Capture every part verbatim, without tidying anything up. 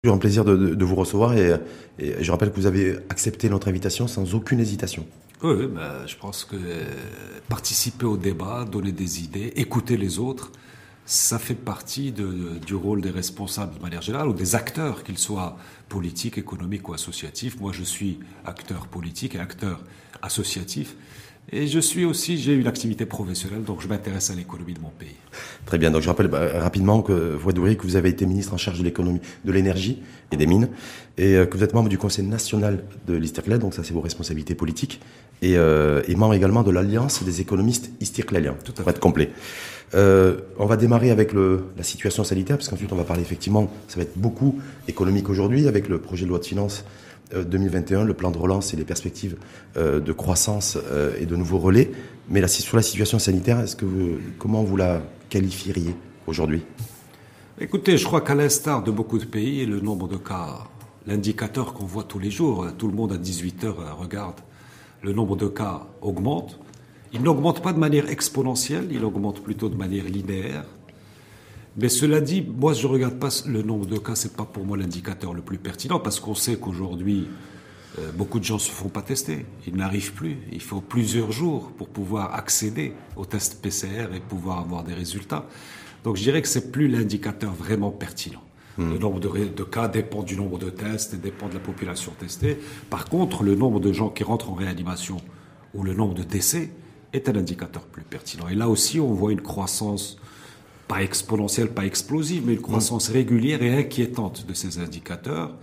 toujours un plaisir de, de, de vous recevoir et, et je rappelle que vous avez accepté notre invitation sans aucune hésitation. Oui, oui ben, je pense que euh, participer au débat, donner des idées, écouter les autres, ça fait partie de, de, du rôle des responsables de manière générale, ou des acteurs, qu'ils soient politiques, économiques ou associatifs. Moi, je suis acteur politique et acteur associatif. Et je suis aussi, j'ai une activité professionnelle, donc je m'intéresse à l'économie de mon pays. Très bien, donc je rappelle bah, rapidement que Fouad que vous avez été ministre en charge de l'économie, de l'énergie et des mines, et euh, que vous êtes membre du Conseil national de l'Istiqlal, donc ça c'est vos responsabilités politiques, et, euh, et membre également de l'Alliance des économistes istiqlaliens, pour être complet. Euh, on va démarrer avec le, la situation sanitaire, parce qu'ensuite on va parler effectivement, ça va être beaucoup économique aujourd'hui, avec le projet de loi de finances deux mille vingt et un, le plan de relance et les perspectives euh, de croissance euh, et de nouveaux relais. Mais là, sur la situation sanitaire, est-ce que vous, comment vous la qualifieriez aujourd'hui ? Écoutez, je crois qu'à l'instar de beaucoup de pays, le nombre de cas, l'indicateur qu'on voit tous les jours, tout le monde à dix-huit heures regarde, le nombre de cas augmente. Il n'augmente pas de manière exponentielle, il augmente plutôt de manière linéaire. Mais cela dit, moi je ne regarde pas le nombre de cas, c'est pas pour moi l'indicateur le plus pertinent, parce qu'on sait qu'aujourd'hui, euh, beaucoup de gens ne se font pas tester. Ils n'arrivent plus. Il faut plusieurs jours pour pouvoir accéder au test P C R et pouvoir avoir des résultats. Donc je dirais que c'est plus l'indicateur vraiment pertinent. Mmh. Le nombre de, de cas dépend du nombre de tests et dépend de la population testée. Par contre, le nombre de gens qui rentrent en réanimation ou le nombre de décès est un indicateur plus pertinent. Et là aussi, on voit une croissance pas exponentielle, pas explosive, mais une croissance régulière et inquiétante de ces indicateurs.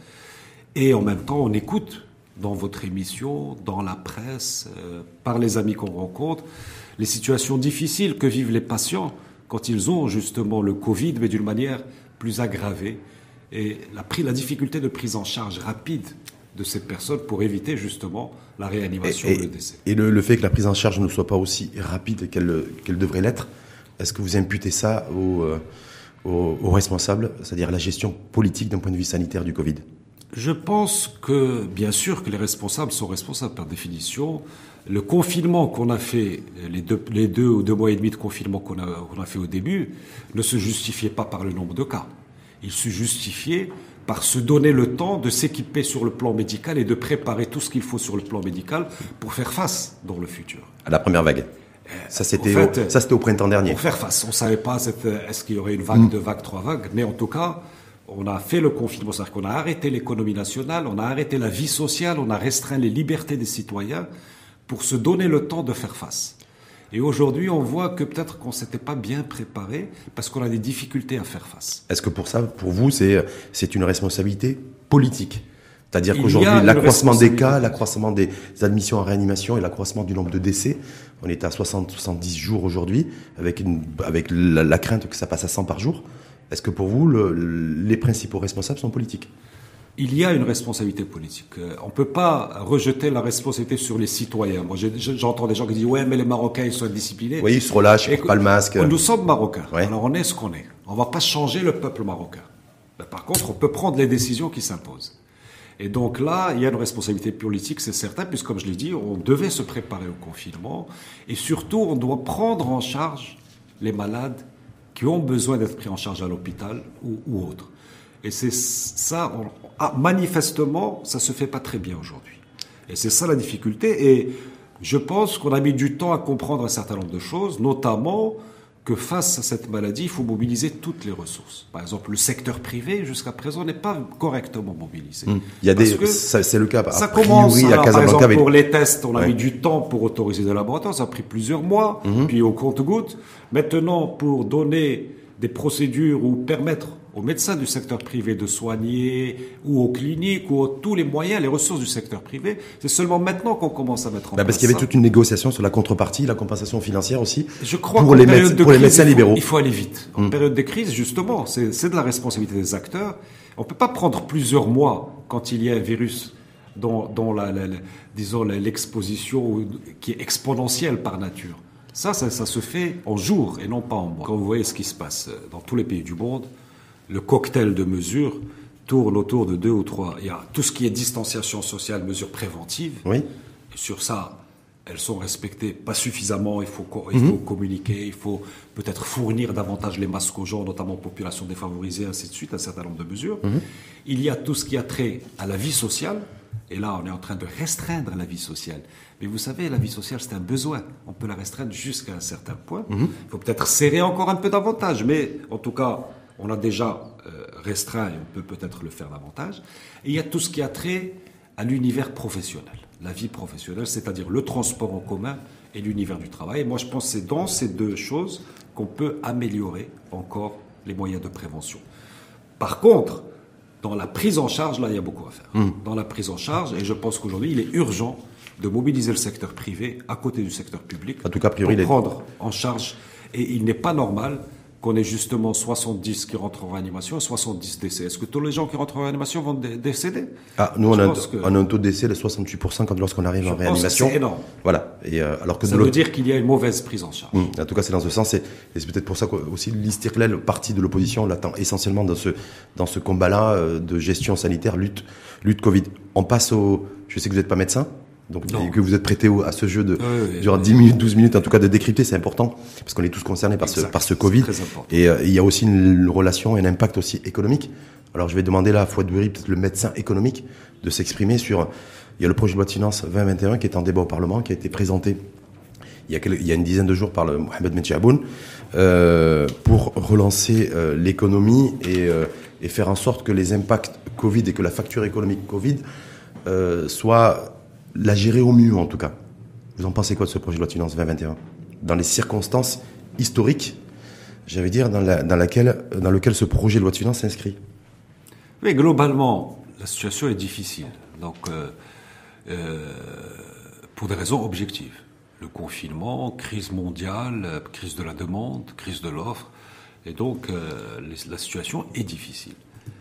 Et en même temps, on écoute dans votre émission, dans la presse, euh, par les amis qu'on rencontre, les situations difficiles que vivent les patients quand ils ont justement le Covid, mais d'une manière plus aggravée. Et la, la difficulté de prise en charge rapide de ces personnes pour éviter justement la réanimation et, et le décès. Et le, le fait que la prise en charge ne soit pas aussi rapide qu'elle, qu'elle devrait l'être, est-ce que vous imputez ça aux, aux, aux responsables, c'est-à-dire la gestion politique d'un point de vue sanitaire du Covid ? Je pense que, bien sûr, que les responsables sont responsables par définition. Le confinement qu'on a fait, les deux, les deux ou deux mois et demi de confinement qu'on a, qu'on a fait au début, ne se justifiait pas par le nombre de cas. Il se justifiait par se donner le temps de s'équiper sur le plan médical et de préparer tout ce qu'il faut sur le plan médical pour faire face dans le futur. À la première vague. Ça c'était, en fait, au, ça, c'était au printemps dernier. Pour faire face. On ne savait pas cette, est-ce qu'il y aurait une vague, mmh. deux vagues, trois vagues. Mais en tout cas, on a fait le confinement. C'est-à-dire qu'on a arrêté l'économie nationale, on a arrêté la vie sociale, on a restreint les libertés des citoyens pour se donner le temps de faire face. Et aujourd'hui, on voit que peut-être qu'on ne s'était pas bien préparé parce qu'on a des difficultés à faire face. Est-ce que pour ça, pour vous, c'est, c'est une responsabilité politique ? C'est-à-dire Il qu'aujourd'hui, l'accroissement des cas, l'accroissement des admissions en réanimation et l'accroissement du nombre de décès, on est à soixante à soixante-dix jours aujourd'hui, avec, une, avec la, la crainte que ça passe à cent par jour. Est-ce que pour vous, le, les principaux responsables sont politiques ? Il y a une responsabilité politique. On ne peut pas rejeter la responsabilité sur les citoyens. Moi, j'ai, j'entends des gens qui disent « Ouais, mais les Marocains, ils sont indisciplinés. » Oui, ils se relâchent, ils ne portent pas le masque. Nous sommes Marocains. Ouais. Alors, on est ce qu'on est. On ne va pas changer le peuple marocain. Mais par contre, on peut prendre les décisions qui s'imposent. Et donc là, il y a une responsabilité politique, c'est certain, puisque comme je l'ai dit, on devait se préparer au confinement. Et surtout, on doit prendre en charge les malades qui ont besoin d'être pris en charge à l'hôpital ou, ou autre. Et c'est ça, on, ah, manifestement, ça se fait pas très bien aujourd'hui. Et c'est ça la difficulté. Et je pense qu'on a mis du temps à comprendre un certain nombre de choses, notamment que face à cette maladie, il faut mobiliser toutes les ressources. Par exemple, le secteur privé, jusqu'à présent, n'est pas correctement mobilisé. Mmh. Il y a des, ça, c'est le cas. Ça a commence, priori, alors, à par exemple, avec... pour les tests, on a ouais. mis du temps pour autoriser des laboratoires, ça a pris plusieurs mois, mmh. puis au compte-gouttes. Maintenant, pour donner des procédures ou permettre aux médecins du secteur privé de soigner, ou aux cliniques, ou à tous les moyens, les ressources du secteur privé, c'est seulement maintenant qu'on commence à mettre en bah place Parce qu'il y avait ça. toute une négociation sur la contrepartie, la compensation financière aussi, Je crois pour, les, méde- pour crise, les médecins il faut, libéraux. Il faut aller vite. En mmh. période de crise, justement, c'est, c'est de la responsabilité des acteurs. On ne peut pas prendre plusieurs mois quand il y a un virus dont, dont la, la, la, disons, la, l'exposition qui est exponentielle par nature. Ça, ça, ça se fait en jours et non pas en mois. Quand vous voyez ce qui se passe dans tous les pays du monde, le cocktail de mesures tourne autour de deux ou trois. Il y a tout ce qui est distanciation sociale, mesures préventives. Oui. Et sur ça, elles sont respectées pas suffisamment, il faut, il faut mmh. communiquer, il faut peut-être fournir davantage les masques aux gens, notamment aux populations défavorisées, ainsi de suite, un certain nombre de mesures. Mmh. Il y a tout ce qui a trait à la vie sociale, et là on est en train de restreindre la vie sociale. Mais vous savez, la vie sociale c'est un besoin, on peut la restreindre jusqu'à un certain point. Mmh. Il faut peut-être serrer encore un peu davantage, mais en tout cas, on a déjà euh, restreint et on peut peut-être le faire davantage. Et il y a tout ce qui a trait à l'univers professionnel. La vie professionnelle, c'est-à-dire le transport en commun et l'univers du travail. Et moi, je pense que c'est dans ces deux choses qu'on peut améliorer encore les moyens de prévention. Par contre, dans la prise en charge, là, il y a beaucoup à faire. Mmh. Dans la prise en charge, et je pense qu'aujourd'hui, il est urgent de mobiliser le secteur privé à côté du secteur public en tout cas, a priori, pour prendre en charge. Et il n'est pas normal qu'on ait justement soixante-dix qui rentrent en réanimation et soixante-dix décès. Est-ce que tous les gens qui rentrent en réanimation vont dé- décéder? Ah, nous, on a, un, que... on a un taux de décès de soixante-huit pour cent quand lorsqu'on arrive je en réanimation. C'est énorme. Voilà. Et, euh, alors que ça veut dire qu'il y a une mauvaise prise en charge. Mmh. En tout cas, c'est dans ce sens. Et, et c'est peut-être pour ça qu'aussi l'Istiqlal, le parti de l'opposition, l'attend essentiellement dans ce, dans ce combat-là euh, de gestion sanitaire, lutte, lutte Covid. On passe au... Je sais que vous n'êtes pas médecin. Donc, que vous êtes prêté au, à ce jeu de, oui, oui, durant oui. dix minutes, douze minutes, en tout cas, de décrypter, c'est important, parce qu'on est tous concernés par exact, ce, par ce Covid. Et euh, il y a aussi une, une relation et un impact aussi économique. Alors, je vais demander là à Fouad Bouyeri, peut-être le médecin économique, de s'exprimer sur, il y a le projet de loi de finances vingt vingt et un qui est en débat au Parlement, qui a été présenté il y a, quelques, il y a une dizaine de jours par le Mohamed Medjaboun, euh, pour relancer euh, l'économie et, euh, et faire en sorte que les impacts Covid et que la facture économique Covid euh, soient la gérer au mieux, en tout cas. Vous en pensez quoi de ce projet de loi de finances vingt vingt et un? Dans les circonstances historiques, j'allais dire, dans, la, dans, laquelle, dans lequel ce projet de loi de finances s'inscrit. Oui, globalement, la situation est difficile. Donc, euh, euh, pour des raisons objectives. Le confinement, crise mondiale, crise de la demande, crise de l'offre. Et donc, euh, les, la situation est difficile.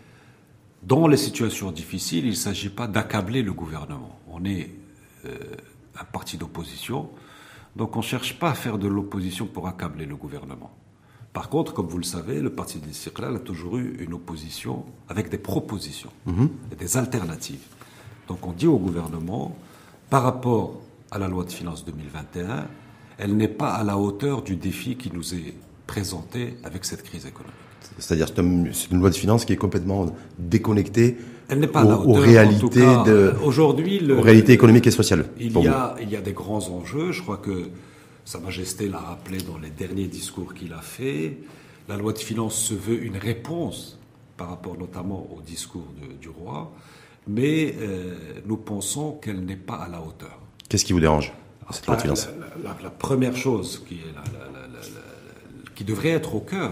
Dans les situations difficiles, il ne s'agit pas d'accabler le gouvernement. On est euh, un parti d'opposition, donc on ne cherche pas à faire de l'opposition pour accabler le gouvernement. Par contre, comme vous le savez, le parti de l'Istiqlal a toujours eu une opposition avec des propositions mmh. et des alternatives. Donc on dit au gouvernement, par rapport à la loi de finances deux mille vingt et un, elle n'est pas à la hauteur du défi qui nous est présenté avec cette crise économique. C'est-à-dire c'est, un, c'est une loi de finances qui est complètement déconnectée Elle n'est pas aux, à la hauteur, aux réalités, cas, de, aujourd'hui, le, aux réalités économiques et sociales. Il y, a, il y a des grands enjeux. Je crois que Sa Majesté l'a rappelé dans les derniers discours qu'il a fait. La loi de finances se veut une réponse par rapport notamment au discours de, du roi, mais euh, nous pensons qu'elle n'est pas à la hauteur. Qu'est-ce qui vous dérange dans cette loi de finances ? la, la, la première chose qui, est la, la, la, la, la, qui devrait être au cœur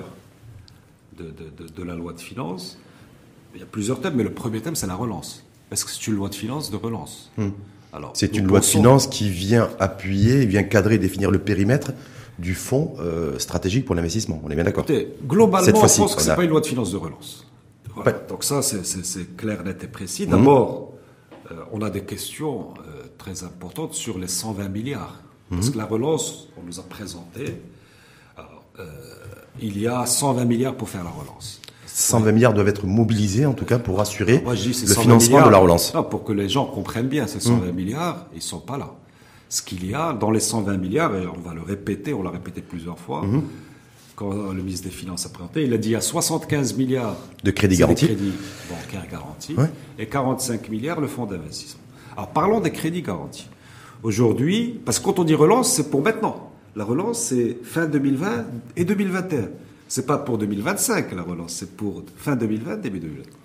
de, de, de, de la loi de finances, il y a plusieurs thèmes, mais le premier thème, c'est la relance. Est-ce que c'est une loi de finances de relance ? hmm. Alors, c'est une loi de finances qui vient appuyer, vient cadrer, définir le périmètre du fonds euh, stratégique pour l'investissement. On est bien d'accord ? Écoutez, globalement, je pense que ce n'est a... pas une loi de finances de relance. Voilà. Ouais. Donc ça, c'est, c'est, c'est clair, net et précis. D'abord, mmh. euh, on a des questions euh, très importantes sur les cent vingt milliards. Mmh. Parce que la relance, on nous a présenté, alors, euh, il y a cent vingt milliards pour faire la relance. cent vingt milliards doivent être mobilisés, en tout cas, pour assurer Moi, je dis, le financement de la relance. Non, pour que les gens comprennent bien, ces cent vingt mmh. milliards, ils ne sont pas là. Ce qu'il y a dans les cent vingt milliards, et on va le répéter, on l'a répété plusieurs fois, mmh. quand le ministre des Finances a présenté, il a dit il y a soixante-quinze milliards de crédits garantis, crédits bancaires garantis, ouais. et quarante-cinq milliards le fonds d'investissement. Alors parlons des crédits garantis. Aujourd'hui, parce que quand on dit relance, c'est pour maintenant. La relance, c'est fin deux mille vingt et deux mille vingt et un. C'est pas pour deux mille vingt-cinq la relance, c'est pour fin deux mille vingt, début deux mille vingt.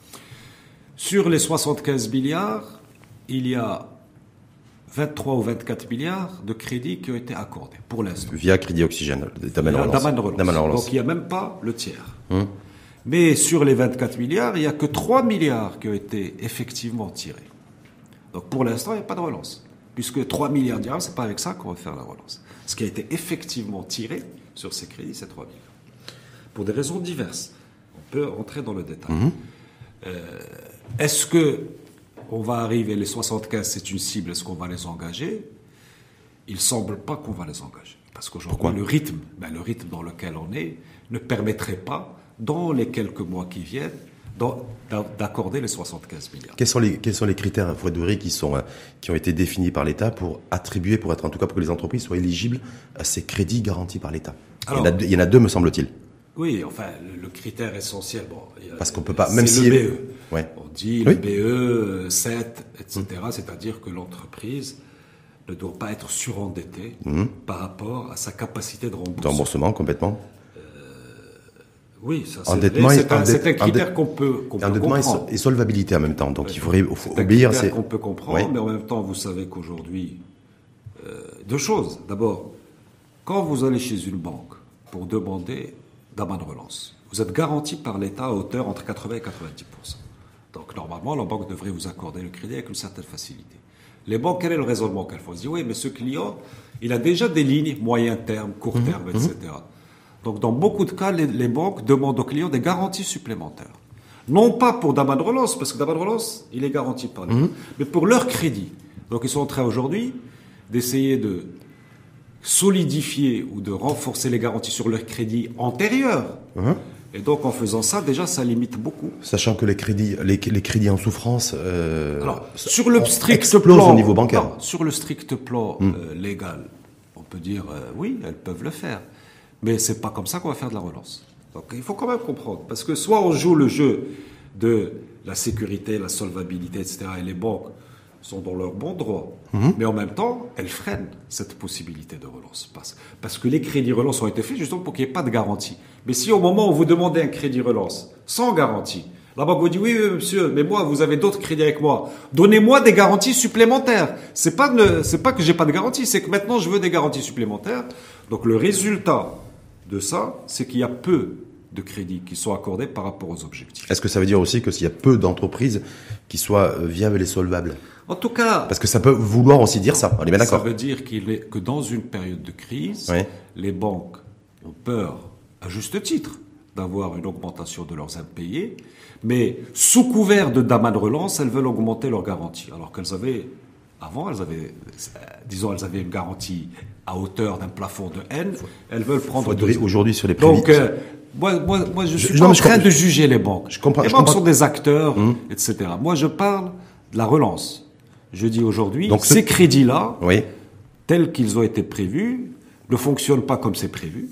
Sur les soixante-quinze milliards, il y a vingt-trois ou vingt-quatre milliards de crédits qui ont été accordés pour l'instant. Via Crédit Oxygène, Daman relance. relance. relance. Donc il n'y a même pas le tiers. Hum. Mais sur les vingt-quatre milliards, il n'y a que trois milliards qui ont été effectivement tirés. Donc pour l'instant, il n'y a pas de relance. Puisque trois milliards d'euros, ce n'est pas avec ça qu'on va faire la relance. Ce qui a été effectivement tiré sur ces crédits, c'est trois milliards. Pour des raisons diverses. On peut rentrer dans le détail. Mmh. Euh, est-ce que on va arriver, les soixante-quinze, c'est une cible, est-ce qu'on va les engager ? Il ne semble pas qu'on va les engager. Parce qu'aujourd'hui, le rythme, ben, le rythme dans lequel on est ne permettrait pas, dans les quelques mois qui viennent, d'accorder les soixante-quinze milliards. Quels sont les, quels sont les critères, Fouad Doueiri, qui sont, qui ont été définis par l'État pour attribuer, pour être en tout cas pour que les entreprises soient éligibles à ces crédits garantis par l'État? il, y en a deux, il y en a deux, me semble-t-il. Oui, enfin, le, le critère essentiel, bon, parce qu'on peut pas, même si le B E. Ouais. On dit oui. le B E, sept, et cetera. Mmh. C'est-à-dire que l'entreprise ne doit pas être surendettée mmh. par rapport à sa capacité de remboursement. De remboursement, complètement. Euh, oui, ça c'est, endettement vrai, c'est, et, un, endet, c'est un critère endet, qu'on peut, qu'on peut endettement comprendre. Et solvabilité en même temps. Donc ouais. il faudrait faut c'est oublier. Un critère c'est qu'on peut comprendre, oui. mais en même temps, vous savez qu'aujourd'hui, euh, deux choses. D'abord, quand vous allez chez une banque pour demander d'amas de relance, vous êtes garanti par l'État à hauteur entre quatre-vingts et quatre-vingt-dix pour cent. Donc normalement, la banque devrait vous accorder le crédit avec une certaine facilité. Les banques, quel est le raisonnement qu'elles font? Elles disent oui, mais ce client, il a déjà des lignes moyen terme, court mmh, terme, et cetera. Mmh. Donc dans beaucoup de cas, les, les banques demandent aux clients des garanties supplémentaires. Non pas pour d'amas de relance, parce que d'amas de relance, il est garanti par l'État, mmh. mais pour leur crédit. Donc ils sont en train aujourd'hui d'essayer de solidifier ou de renforcer les garanties sur leur crédit antérieur. Mmh. Et donc, en faisant ça, déjà, ça limite beaucoup. Sachant que les crédits, les, les crédits en souffrance, euh, alors, sur le strict plan, au niveau bancaire. Non, sur le strict plan mmh. euh, légal, on peut dire euh, oui, elles peuvent le faire, mais c'est pas comme ça qu'on va faire de la relance. Donc, il faut quand même comprendre, parce que soit on joue le jeu de la sécurité, la solvabilité, et cetera, et les banques sont dans leur bon droit, mmh. mais en même temps, elles freinent cette possibilité de relance. Parce, parce que les crédits relance ont été faits justement pour qu'il n'y ait pas de garantie. Mais si au moment où vous demandez un crédit relance sans garantie, la banque vous dit oui, oui monsieur, mais moi vous avez d'autres crédits avec moi, donnez-moi des garanties supplémentaires. C'est pas ne, c'est pas que j'ai pas de garantie, c'est que maintenant je veux des garanties supplémentaires. Donc le résultat de ça, c'est qu'il y a peu de crédits qui sont accordés par rapport aux objectifs. Est-ce que ça veut dire aussi que s'il y a peu d'entreprises qui soient viables et solvables? En tout cas, parce que ça peut vouloir aussi dire ça. On est bien d'accord. Ça veut dire qu'il est, que dans une période de crise, oui. les banques ont peur, à juste titre, d'avoir une augmentation de leurs impayés, mais sous couvert de d'amas de relance, elles veulent augmenter leurs garanties, alors qu'elles avaient, avant, elles avaient, disons, elles avaient une garantie à hauteur d'un plafond de N, elles veulent prendre deux. Aujourd'hui sur les prix. Donc, euh, moi, moi, moi, je suis je, pas non, en train je, de juger les banques. Je comprends, les je banques comprends. sont des acteurs, mmh. et cetera. Moi, je parle de la relance. Je dis aujourd'hui, donc ces ce... crédits-là, oui. tels qu'ils ont été prévus, ne fonctionnent pas comme c'est prévu,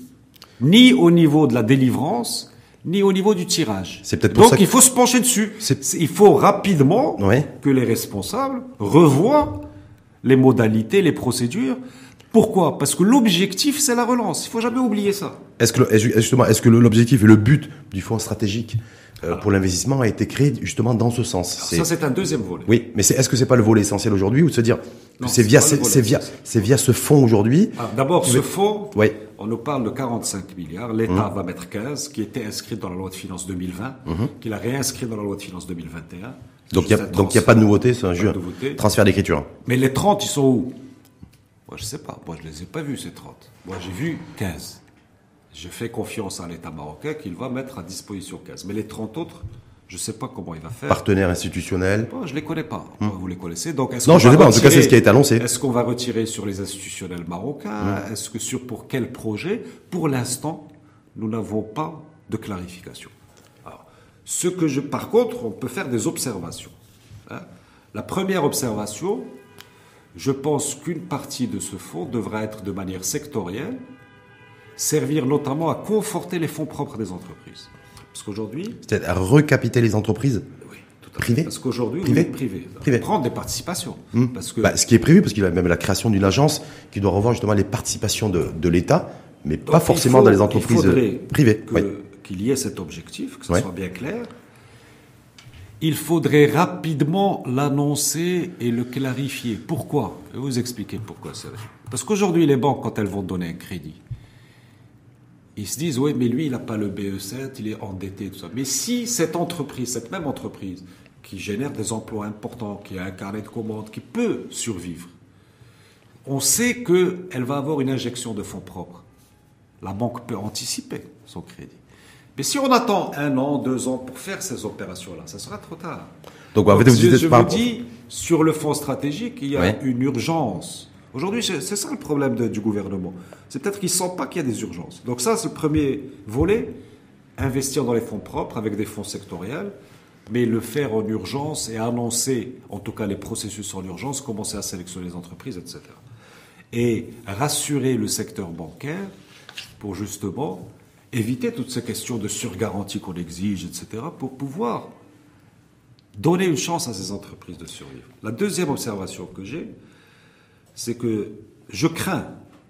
ni au niveau de la délivrance, ni au niveau du tirage. C'est peut-être pour donc ça que... il faut se pencher dessus. C'est... Il faut rapidement oui. que les responsables revoient les modalités, les procédures. Pourquoi? Parce que l'objectif, c'est la relance. Il faut jamais oublier ça. Est-ce que, justement, est-ce que l'objectif et le but du fonds stratégique euh, pour l'investissement a été créé justement dans ce sens? Alors, c'est... Ça, c'est un deuxième volet. Oui, mais c'est, est-ce que c'est pas le volet essentiel aujourd'hui, ou de se dire que non, c'est, via, c'est, c'est, via, c'est via ce fonds aujourd'hui? Alors, d'abord, ce veux... fonds, oui. on nous parle de quarante-cinq milliards. L'État mmh. va mettre quinze, qui était inscrit dans la loi de finances deux mille vingt, mmh. qu'il a réinscrit dans la loi de finances deux mille vingt et un. Donc il n'y a, a pas de nouveauté, c'est un jeu. Transfert d'écriture. Mais les trente, ils sont où? Moi, je sais pas. Moi, je les ai pas vus, ces trente. Moi, j'ai vu quinze. Je fais confiance à l'État marocain qu'il va mettre à disposition quinze. Mais les trente autres, je sais pas comment il va faire. Partenaires institutionnels. Bon, je les connais pas. Hum. Vous les connaissez. Donc, est-ce non, qu'on je ne sais pas. En tout cas, c'est ce qui a été annoncé. Est-ce qu'on va retirer sur les institutionnels marocains? Hum. Est-ce que sur pour quel projet? Pour l'instant, nous n'avons pas de clarification. Alors, ce que je, par contre, on peut faire des observations. Hein. La première observation, je pense qu'une partie de ce fonds devra être de manière sectorielle, servir notamment à conforter les fonds propres des entreprises. Parce qu'aujourd'hui... C'est-à-dire à recapitaliser les entreprises oui, tout à privées. Parce qu'aujourd'hui, privé. oui, privé. privé. Prendre des participations. Mmh. Parce que... bah, ce qui est prévu, parce qu'il y a même la création d'une agence qui doit revoir justement les participations de, de l'État, mais donc, pas forcément faut, dans les entreprises privées. Que, oui. Qu'il y ait cet objectif, que ce oui. soit bien clair. Il faudrait rapidement l'annoncer et le clarifier. Pourquoi? Je vais vous expliquer pourquoi c'est vrai. Parce qu'aujourd'hui, les banques, quand elles vont donner un crédit, ils se disent, oui, mais lui, il n'a pas le B E sept, il est endetté, tout ça. Mais si cette entreprise, cette même entreprise, qui génère des emplois importants, qui a un carnet de commandes, qui peut survivre, on sait qu'elle va avoir une injection de fonds propres. La banque peut anticiper son crédit. Mais si on attend un an, deux ans pour faire ces opérations-là, ça sera trop tard. Donc, en fait, Donc vous je, dites je pas... vous dis, sur le fonds stratégique, il y a ouais. une urgence. Aujourd'hui, c'est, c'est ça le problème de, du gouvernement. C'est peut-être qu'ils ne sentent pas qu'il y a des urgences. Donc ça, c'est le premier volet, investir dans les fonds propres avec des fonds sectoriels. mais le faire en urgence et annoncer, en tout cas les processus en urgence, commencer à sélectionner les entreprises, et cetera. Et rassurer le secteur bancaire pour justement éviter toutes ces questions de surgarantie qu'on exige, et cetera, pour pouvoir donner une chance à ces entreprises de survivre. La deuxième observation que j'ai, c'est que je crains,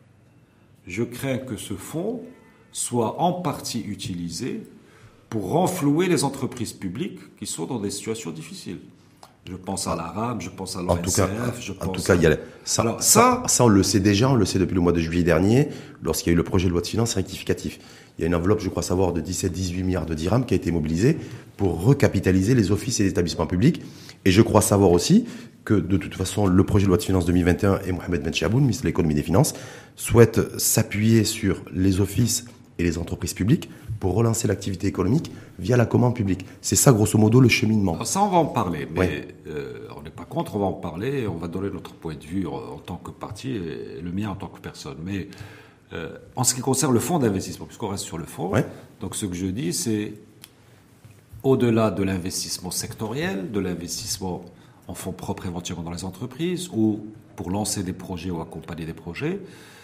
je crains que ce fonds soit en partie utilisé pour renflouer les entreprises publiques qui sont dans des situations difficiles. Je pense à la RAM, je pense à l'O N C F, je pense en tout cas, il y a ça, Alors, ça, ça, ça, on le sait déjà, on le sait depuis le mois de juillet dernier, lorsqu'il y a eu le projet de loi de finances rectificatif. Il y a une enveloppe, je crois savoir, de dix-sept à dix-huit milliards de dirhams qui a été mobilisée pour recapitaliser les offices et les établissements publics. Et je crois savoir aussi que, de toute façon, le projet de loi de finances deux mille vingt et un et Mohamed Ben Chaboun, ministre de l'économie et des finances, souhaitent s'appuyer sur les offices et les entreprises publiques pour relancer l'activité économique via la commande publique. C'est ça, grosso modo, le cheminement. Alors ça, on va en parler, mais Ouais. euh, on n'est pas contre, on va en parler, on va donner notre point de vue en, en tant que parti et le mien en tant que personne. Mais euh, en ce qui concerne le fonds d'investissement, puisqu'on reste sur le fonds, Ouais. donc ce que je dis, c'est au-delà de l'investissement sectoriel, de l'investissement en fonds propres éventuellement dans les entreprises, ou pour lancer des projets ou accompagner des projets,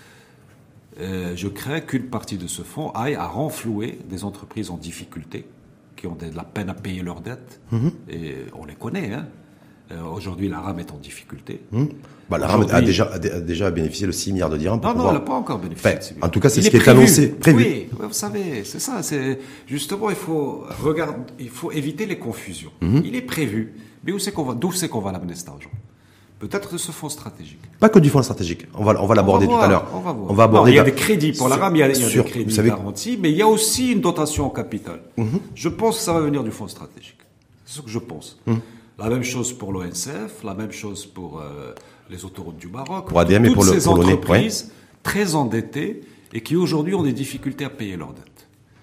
Euh, je crains qu'une partie de ce fonds aille à renflouer des entreprises en difficulté, qui ont de la peine à payer leurs dettes. Mm-hmm. Et on les connaît. Hein. Euh, aujourd'hui, la RAM est en difficulté. Mmh. Bah, la RAM a Aujourd'hui- déjà, a dé- a déjà bénéficié de six milliards de dirhams pour Non, non, pouvoir... elle n'a pas encore bénéficié. Enfin, de ces en tout cas, c'est Il ce qui est prévu. annoncé, prévu. Oui, ouais, vous savez, c'est ça. C'est justement, il faut regarder, il faut éviter les confusions. Mm-hmm. Il est prévu, mais où c'est qu'on va, d'où c'est qu'on va l'amener cet argent? Peut-être de ce fonds stratégique. Pas que du fonds stratégique. On va, on va l'aborder On tout va à voir, l'heure. On va voir. On va aborder. Non, il y a bah, des crédits pour la sur- RAM, il y a, il y a sur- des crédits vous savez, garantis, mais il y a aussi une dotation en capital. Mhm. Je pense que ça va venir du fonds stratégique. C'est ce que je pense. Mhm. La même chose pour l'O N C F, la même chose pour euh, les autoroutes du Maroc. Pour A D M et Toutes pour le- ces pour l'O N E, entreprises très endettées et qui aujourd'hui ont des difficultés à payer leurs dettes.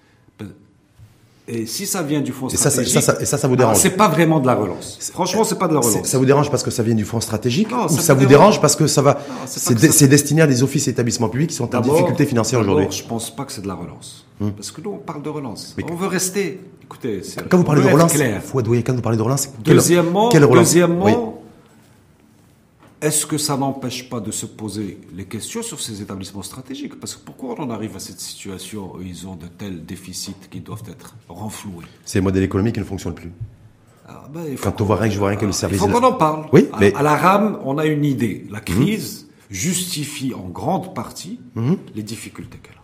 Et si ça vient du fonds Et ça, ça- stratégique, ça- ça- et ça, ça vous alors, dérange. c'est pas vraiment de la relance. Franchement, c'est pas de la relance. c'est- ça vous dérange parce que ça vient du fonds stratégique Non, ou ça ça me vous dérange. dérange parce que ça va, Non, c'est pas c'est que dé- ça- c'est destiné à des offices et établissements publics qui sont en D'abord- difficulté financière d'abord, aujourd'hui. je pense pas que c'est de la relance. Hum. Parce que nous, on parle de relance. Mais on veut rester. Écoutez, c'est- Quand vous on parlez veut de être relance, clair. Fouad Douay, quand vous parlez de relance, quelle, Deuxièmement, quelle relance deuxièmement Oui. est-ce que ça n'empêche pas de se poser les questions sur ces établissements stratégiques? Parce que pourquoi on en arrive à cette situation où ils ont de tels déficits qui doivent être renfloués? C'est le modèle économique qui ne fonctionne plus. Alors, ben, il faut Quand on voit rien, je vois rien que le Il service. faut qu'on en parle. Oui, À- mais- à, la RAM, on a une idée. La crise justifie en grande partie Mhm. les difficultés qu'elle a.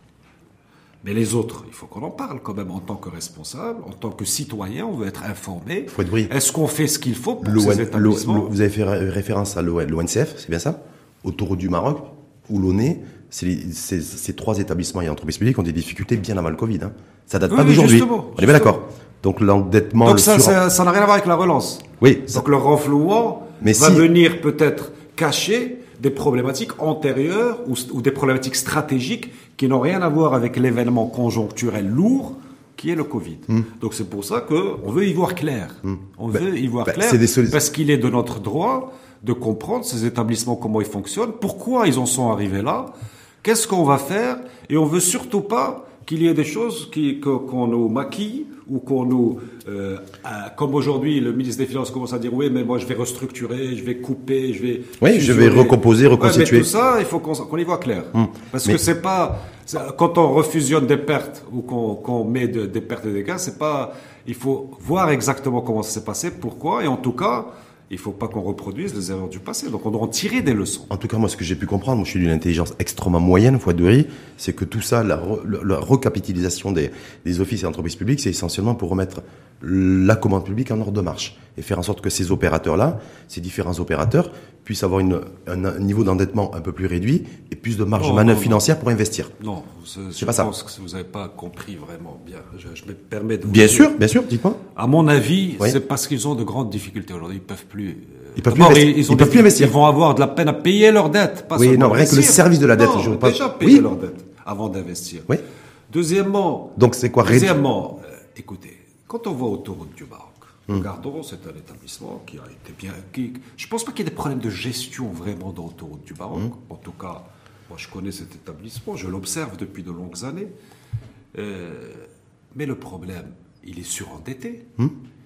Mais les autres, il faut qu'on en parle quand même en tant que responsable, en tant que citoyen, on veut être informé. Faut être brillant. Est-ce qu'on fait ce qu'il faut pour L'O N ces établissements? l'O- vous avez fait ré- référence à l'O N C F, c'est bien ça? Autoroute du Maroc, ou l'O N E, c'est les- c'est- ces trois établissements et entreprises publiques ont des difficultés bien avant le Covid. Hein. Ça date Oui, pas oui, d'aujourd'hui. justement, On est bien justement. d'accord. Donc l'endettement, Donc le ça, sur- ça ça n'a rien à voir avec la relance. Oui, ça- Donc le renflouement Mais va si- venir peut-être cacher des problématiques antérieures ou, ou des problématiques stratégiques qui n'ont rien à voir avec l'événement conjoncturel lourd qui est le Covid. Donc c'est pour ça qu'on veut y voir clair. On Ben, veut y voir ben, clair c'est des soli- parce qu'il est de notre droit de comprendre ces établissements, comment ils fonctionnent, pourquoi ils en sont arrivés là, qu'est-ce qu'on va faire, et on veut surtout pas qu'il y ait des choses qui, que- qu'on nous maquille ou qu'on nous... euh, à- comme aujourd'hui, le ministre des Finances commence à dire « Oui, mais moi, je vais restructurer, je vais couper, je vais... » Oui, je vais recomposer, Ouais, reconstituer. mais tout ça, il faut qu'on, qu'on y voit clair. Parce Mais- que c'est pas... c'est- Quand on refusionne des pertes ou qu'on, qu'on met de- des pertes et des gains, c'est pas... Il faut voir exactement comment ça s'est passé, pourquoi, et en tout cas... Il ne faut pas qu'on reproduise les erreurs du passé. Donc, on doit en tirer des leçons. En tout cas, moi, ce que j'ai pu comprendre, moi, je suis d'une intelligence extrêmement moyenne, Fouad Douay, c'est que tout ça, la, re- la- la recapitalisation des, des offices et entreprises publiques, c'est essentiellement pour remettre la commande publique en ordre de marche et faire en sorte que ces opérateurs-là, ces différents opérateurs, puissent avoir une, un, un niveau d'endettement un peu plus réduit et plus de marge de Non, manœuvre non, financière pour investir. Non, je, je pas ça. pense que vous n'avez pas compris vraiment bien. Je, je me permets de vous Bien dire. sûr, bien sûr, dites-moi. À mon avis, Oui. c'est parce qu'ils ont de grandes difficultés aujourd'hui. Ils peuvent plus. euh, Ils peuvent plus d'abord, investir. Ils, ont Ils peuvent des- plus investir. Ils vont avoir de la peine à payer leurs dettes. Pas Oui, seulement non, rien que le investir. service de la dette, Non, je veux pas- déjà payer Oui. leurs dettes avant d'investir. Oui. Deuxièmement. Donc, c'est quoi, réduire- Deuxièmement, euh, écoutez, quand on va autoroute du Maroc, Hum. regardons, c'est un établissement qui a été bien. Qui, je pense pas qu'il y ait des problèmes de gestion vraiment dans l'autoroute du Maroc. Hum. En tout cas, moi je connais cet établissement, je l'observe depuis de longues années. Euh, mais le problème, il est surendetté. Hum.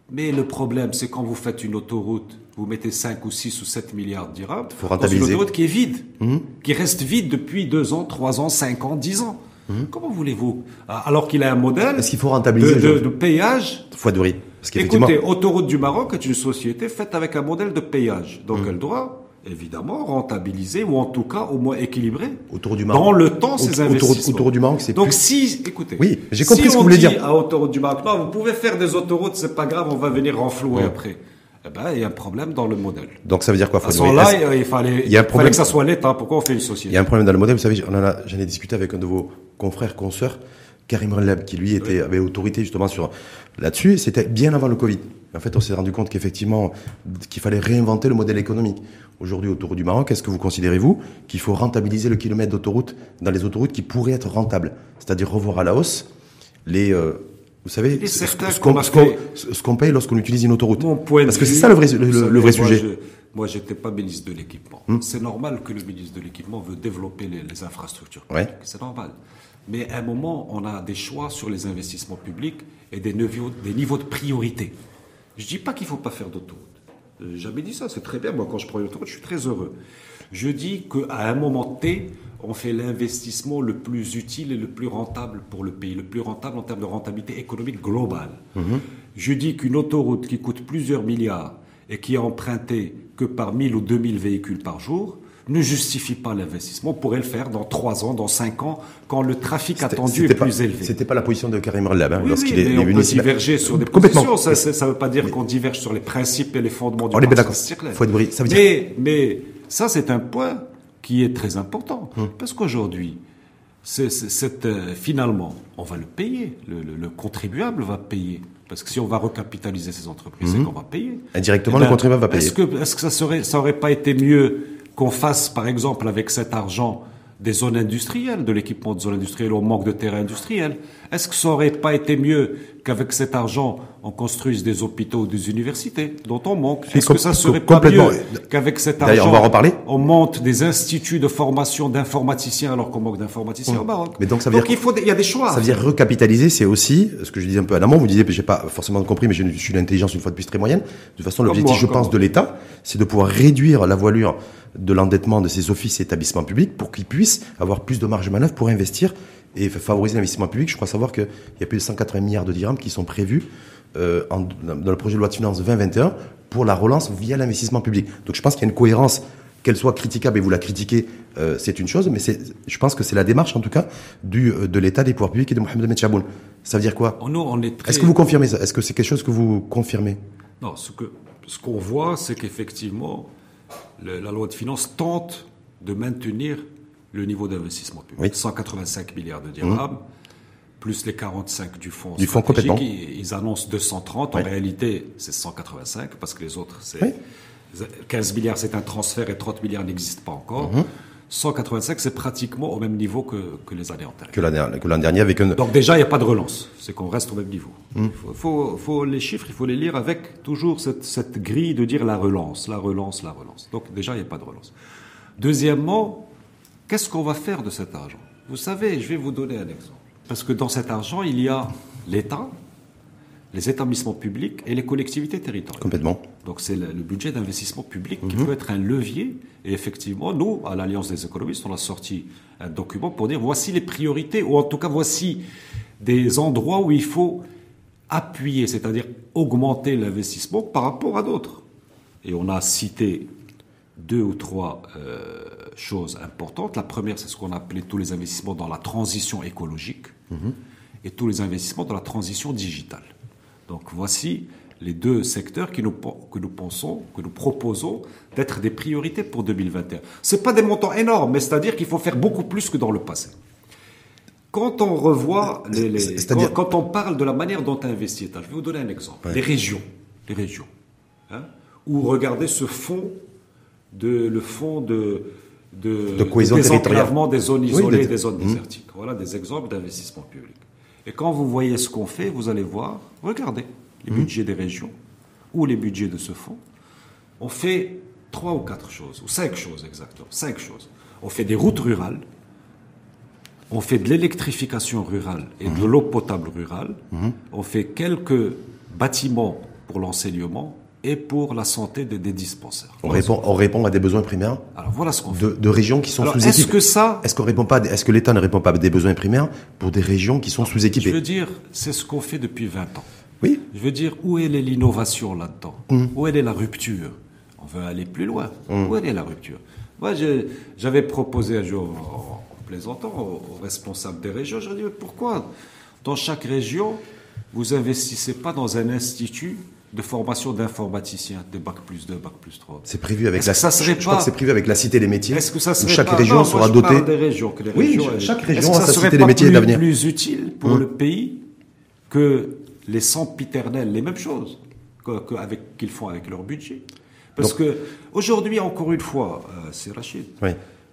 Mais le problème, c'est quand vous faites une autoroute, vous mettez cinq ou six ou sept milliards de dirhams. Faut rentabiliser. Dans une autoroute qui est vide, mmh. qui reste vide depuis deux ans, trois ans, cinq ans, dix ans. Mmh. Comment voulez-vous? Alors qu'il a un modèle. Est-ce qu'il faut rentabiliser de, de, de péage. Fouadouri. Parce qu'effectivement. Écoutez, Autoroute du Maroc est une société faite avec un modèle de péage. Donc mmh. elle doit évidemment rentabiliser ou en tout cas au moins équilibrer autour du Maroc. Dans le temps ces investissements. Autour du Maroc, c'est donc plus... si, écoutez, oui, j'ai compris si ce que vous voulez dire. À Autoroute du Maroc, non, vous pouvez faire des autoroutes, c'est pas grave, on va venir renflouer ouais. après. Eh ben, il y a un problème dans le modèle. Donc ça veut dire quoi? À ce moment-là, il fallait, il y a un problème... fallait que ça soit l'État. Pourquoi on fait une société? Il y a un problème dans le modèle. Vous savez, j'en ai discuté avec un de vos confrères, consoeurs, Karim Relab, qui lui était, oui. avait autorité justement sur là-dessus. C'était bien avant le Covid. En fait, on s'est rendu compte qu'effectivement, qu'il fallait réinventer le modèle économique. Aujourd'hui, autour du Maroc, est-ce que vous considérez, vous, qu'il faut rentabiliser le kilomètre d'autoroute dans les autoroutes qui pourraient être rentables? C'est-à-dire revoir à la hausse les, euh, vous savez, ce, ce, qu'on, ce, qu'on, ce qu'on paye lorsqu'on utilise une autoroute. Mon point Parce de que vue, c'est ça le vrai, le, savez, le vrai moi, sujet. Je, moi, j'étais pas ministre de l'équipement. Hum. C'est normal que le ministre de l'équipement veut développer les, les infrastructures. Ouais. C'est normal. Mais à un moment, on a des choix sur les investissements publics et des niveaux, des niveaux de priorité. Je dis pas qu'il faut pas faire d'autoroute. J'ai jamais dit ça, c'est très bien. Moi, quand je prends une autoroute, je suis très heureux. Je dis qu'à un moment T, on fait l'investissement le plus utile et le plus rentable pour le pays, le plus rentable en termes de rentabilité économique globale. Mmh. Je dis qu'une autoroute qui coûte plusieurs milliards et qui est empruntée que par mille ou deux mille véhicules par jour ne justifie pas l'investissement. On pourrait le faire dans trois ans, dans cinq ans, quand le trafic c'était, attendu c'était est pas, plus élevé. C'était pas la position de Karim Relab, hein, oui, lorsqu'il oui, est, mais est on venu peut ici. diverger sur des positions. Ça, ça ne veut pas dire mais, qu'on diverge sur les principes et les fondements du marché. Faut être ça veut dire... mais, mais ça, c'est un point qui est très important. Hum. Parce qu'aujourd'hui, c'est, c'est, c'est, euh, finalement, on va le payer. Le, le, le contribuable va payer. Parce que si on va recapitaliser ces entreprises, mmh. c'est qu'on va payer. Indirectement, ben, le contribuable va payer. Est-ce que, est-ce que ça serait, ça aurait pas été mieux qu'on fasse, par exemple, avec cet argent, des zones industrielles, de l'équipement de zones industrielles, on manque de terrain industriel. Est-ce que ça aurait pas été mieux qu'avec cet argent, on construise des hôpitaux ou des universités dont on manque? Est-ce com- que ça serait com- pas mieux qu'avec cet argent, on va reparler. on monte des instituts de formation d'informaticiens alors qu'on manque d'informaticiens mmh. au Maroc? Mais donc ça veut donc dire, il faut, il y a des choix. Ça veut dire recapitaliser, c'est aussi, ce que je disais un peu en amont, vous disiez, j'ai pas forcément compris, mais je, je suis l'intelligence une fois de plus très moyenne. De toute façon, l'objectif, moi, je pense, moi. de l'État, c'est de pouvoir réduire la voilure de l'endettement de ces offices et établissements publics pour qu'ils puissent avoir plus de marge de manœuvre pour investir et favoriser l'investissement public. Je crois savoir qu'il y a plus de cent quatre-vingts milliards de dirhams qui sont prévus euh, en, dans le projet de loi de finances vingt vingt et un pour la relance via l'investissement public. Donc je pense qu'il y a une cohérence, qu'elle soit critiquable et vous la critiquez, euh, c'est une chose, mais c'est, je pense que c'est la démarche en tout cas du, de l'État, des pouvoirs publics et de Mohamed Ben Chaboun. Ça veut dire quoi? oh non, on est très... Est-ce que vous confirmez ça? Est-ce que c'est quelque chose que vous confirmez? Non, ce, que, ce qu'on voit, c'est qu'effectivement, le, la loi de finances tente de maintenir le niveau d'investissement public. Oui. cent quatre-vingt-cinq milliards de dirhams, mmh. plus les quarante-cinq du fonds du fonds complètement. Ils, ils annoncent deux cent trente. En oui. réalité, c'est cent quatre-vingt-cinq parce que les autres, c'est... Oui. quinze milliards, c'est un transfert et trente milliards n'existent pas encore. Mmh. cent quatre-vingt-cinq, c'est pratiquement au même niveau que, que les années antérieures. Que l'année, que l'an dernier avec un... Donc déjà, il n'y a pas de relance. C'est qu'on reste au même niveau. Mmh. Il faut, faut, faut les chiffres, il faut les lire avec toujours cette, cette grille de dire la relance, la relance, la relance. Donc déjà, il n'y a pas de relance. Deuxièmement, qu'est-ce qu'on va faire de cet argent? Vous savez, je vais vous donner un exemple. Parce que dans cet argent, il y a l'État, les établissements publics et les collectivités territoriales. Complètement. Donc c'est le, le budget d'investissement public mmh. qui peut être un levier. Et effectivement, nous, à l'Alliance des économistes, on a sorti un document pour dire voici les priorités, ou en tout cas voici des endroits où il faut appuyer, c'est-à-dire augmenter l'investissement par rapport à d'autres. Et on a cité deux ou trois euh, choses importantes. La première, c'est ce qu'on a appelé tous les investissements dans la transition écologique mmh. et tous les investissements dans la transition digitale. Donc voici les deux secteurs qui nous, que nous pensons, que nous proposons d'être des priorités pour deux mille vingt et un. Ce n'est pas des montants énormes, mais c'est-à-dire qu'il faut faire beaucoup plus que dans le passé. Quand on revoit, les, les, quand, quand on parle de la manière dont on investit, je vais vous donner un exemple. Ouais. Les régions, les régions, hein, ou regardez ce fonds, de, le fonds de, de, de cohésion de territoriale, des zones isolées, oui, des zones mmh. désertiques. Voilà des exemples d'investissement public. Et quand vous voyez ce qu'on fait, vous allez voir, regardez les mmh. budgets des régions ou les budgets de ce fonds. On fait trois ou quatre choses, ou cinq choses exactement, cinq choses. On fait des routes rurales, on fait de l'électrification rurale et mmh. de l'eau potable rurale, mmh. on fait quelques bâtiments pour l'enseignement et pour la santé des, des dispensaires. On répond, on répond à des besoins primaires. Alors voilà ce qu'on fait. De, de régions qui sont Alors, sous-équipées. Est-ce que ça, est-ce qu'on répond pas, à des- est-ce que l'État ne répond pas à des besoins primaires pour des régions qui sont sous-équipées? je veux dire, c'est ce qu'on fait depuis vingt ans. Oui. Je veux dire, où est l'innovation là-dedans? Mmh. Où elle est la rupture? On veut aller plus loin. Mmh. Où elle est la rupture? Moi, je- j'avais proposé un jour, en, en plaisantant, aux, aux responsables des régions, je leur ai dit, mais pourquoi dans chaque région, vous investissez pas dans un institut de formation d'informaticiens, de bac plus deux, bac plus trois? C'est prévu avec Est-ce la, que ça serait je, je crois pas- que c'est prévu avec la Cité des métiers. Est-ce que ça où serait chaque pas- région non, moi, sera je dotée. parle des régions, que les Oui, régions, chaque- chaque est-ce région que a ça sa serait Cité pas des métiers plus, d'avenir. plus utile pour Hum. le pays que les sempiternels, les mêmes choses que, que avec, qu'ils font avec leur budget? Parce Donc- que aujourd'hui, encore une fois, euh, c'est Rachid, Oui.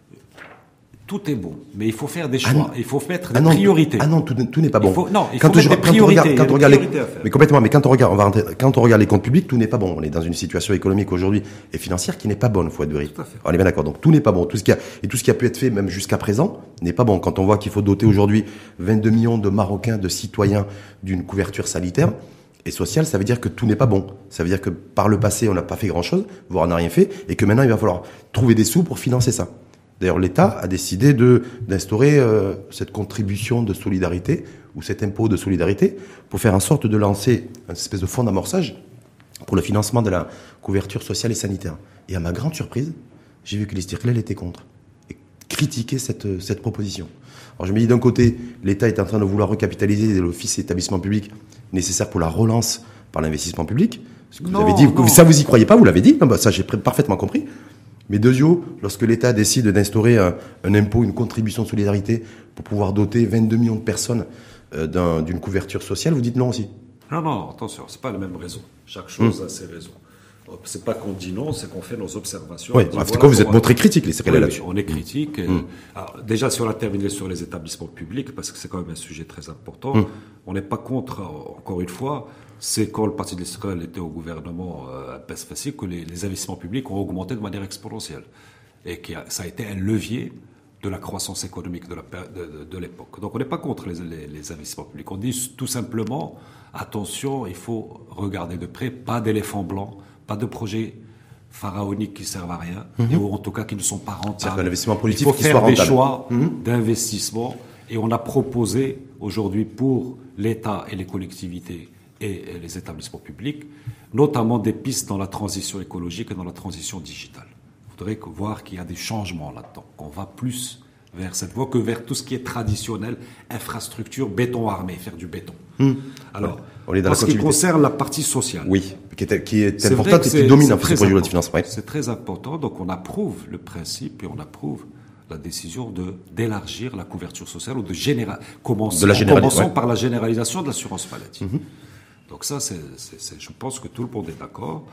tout est bon, mais il faut faire des choix, Ah non. il faut mettre des Ah non, priorités. ah non, tout, tout n'est pas bon. Il faut- non, il Quand faut mettre je- des quand on priorités, regarde- il y a quand on des regarde les- priorités à faire. mais complètement, mais quand on regarde, on va rentrer- quand on regarde les comptes publics, tout n'est pas bon. On est dans une situation économique aujourd'hui et financière qui n'est pas bonne, Fouad Bouri. Tout à fait. On est bien d'accord. Donc tout n'est pas bon. Tout ce qui a, et tout ce qui a pu être fait, même jusqu'à présent, n'est pas bon. Quand on voit qu'il faut doter aujourd'hui vingt-deux millions de Marocains, de citoyens d'une couverture sanitaire et sociale, ça veut dire que tout n'est pas bon. Ça veut dire que par le passé, on n'a pas fait grand chose, voire on n'a rien fait, et que maintenant il va falloir trouver des sous pour financer ça. D'ailleurs, l'État a décidé de, d'instaurer euh, cette contribution de solidarité ou cet impôt de solidarité pour faire en sorte de lancer une espèce de fonds d'amorçage pour le financement de la couverture sociale et sanitaire. Et à ma grande surprise, j'ai vu que l'Istiqlal était contre et critiquait cette, cette proposition. Alors je me dis d'un côté, l'État est en train de vouloir recapitaliser l'office et établissement public nécessaire pour la relance par l'investissement public. Ce que vous Non, avez dit, non. ça vous y croyez pas, vous l'avez dit, non, bah, ça j'ai parfaitement compris. Mais deuxièmement, lorsque l'État décide d'instaurer un, un impôt, une contribution de solidarité pour pouvoir doter vingt-deux millions de personnes euh, d'un, d'une couverture sociale, vous dites non aussi. Non, non, attention, c'est pas la même raison. Chaque chose a ses raisons. C'est pas qu'on dit non, c'est qu'on fait nos observations. Oui, On dit, en tout voilà cas, vous êtes comment- montré critique, les secrétaires Oui, là-dessus. on est critique. et- Alors, déjà, si on a terminé sur les établissements publics, parce que c'est quand même un sujet très important, on n'est pas contre, euh, encore une fois, c'est quand le Parti de l'Istiqlal était au gouvernement euh, à Pes-Fassi que les, les investissements publics ont augmenté de manière exponentielle. Et que ça a été un levier de la croissance économique de, la, péri- de, de, de l'époque. Donc on n'est pas contre les, les, les investissements publics. On dit tout simplement, attention, il faut regarder de près, pas d'éléphants blancs, pas de projets pharaoniques qui servent à rien, et ou en tout cas qui ne sont pas C'est-à-dire rentables. qu'un investissement politique Il faut qui faire soit des rentable. choix d'investissement, et on a proposé aujourd'hui pour l'État et les collectivités et les établissements publics, notamment des pistes dans la transition écologique et dans la transition digitale. Il faudrait que- voir qu'il y a des changements là-dedans, qu'on va plus vers cette voie que vers tout ce qui est traditionnel, infrastructure, béton armé, faire du béton. Alors, On est dans en la ce qui continuité. concerne la partie sociale, Oui, qui est, qui est c'est vrai importante que et c'est- qui domine c'est en fait ce très projet de loi de important. finances. Ouais. C'est très important, donc on approuve le principe et on approuve la décision de d'élargir la couverture sociale ou de généra- commencer, De la en générali- commençant ouais. par la généralisation de l'assurance maladie. Donc ça, c'est, c'est- c'est- je pense que tout le monde est d'accord.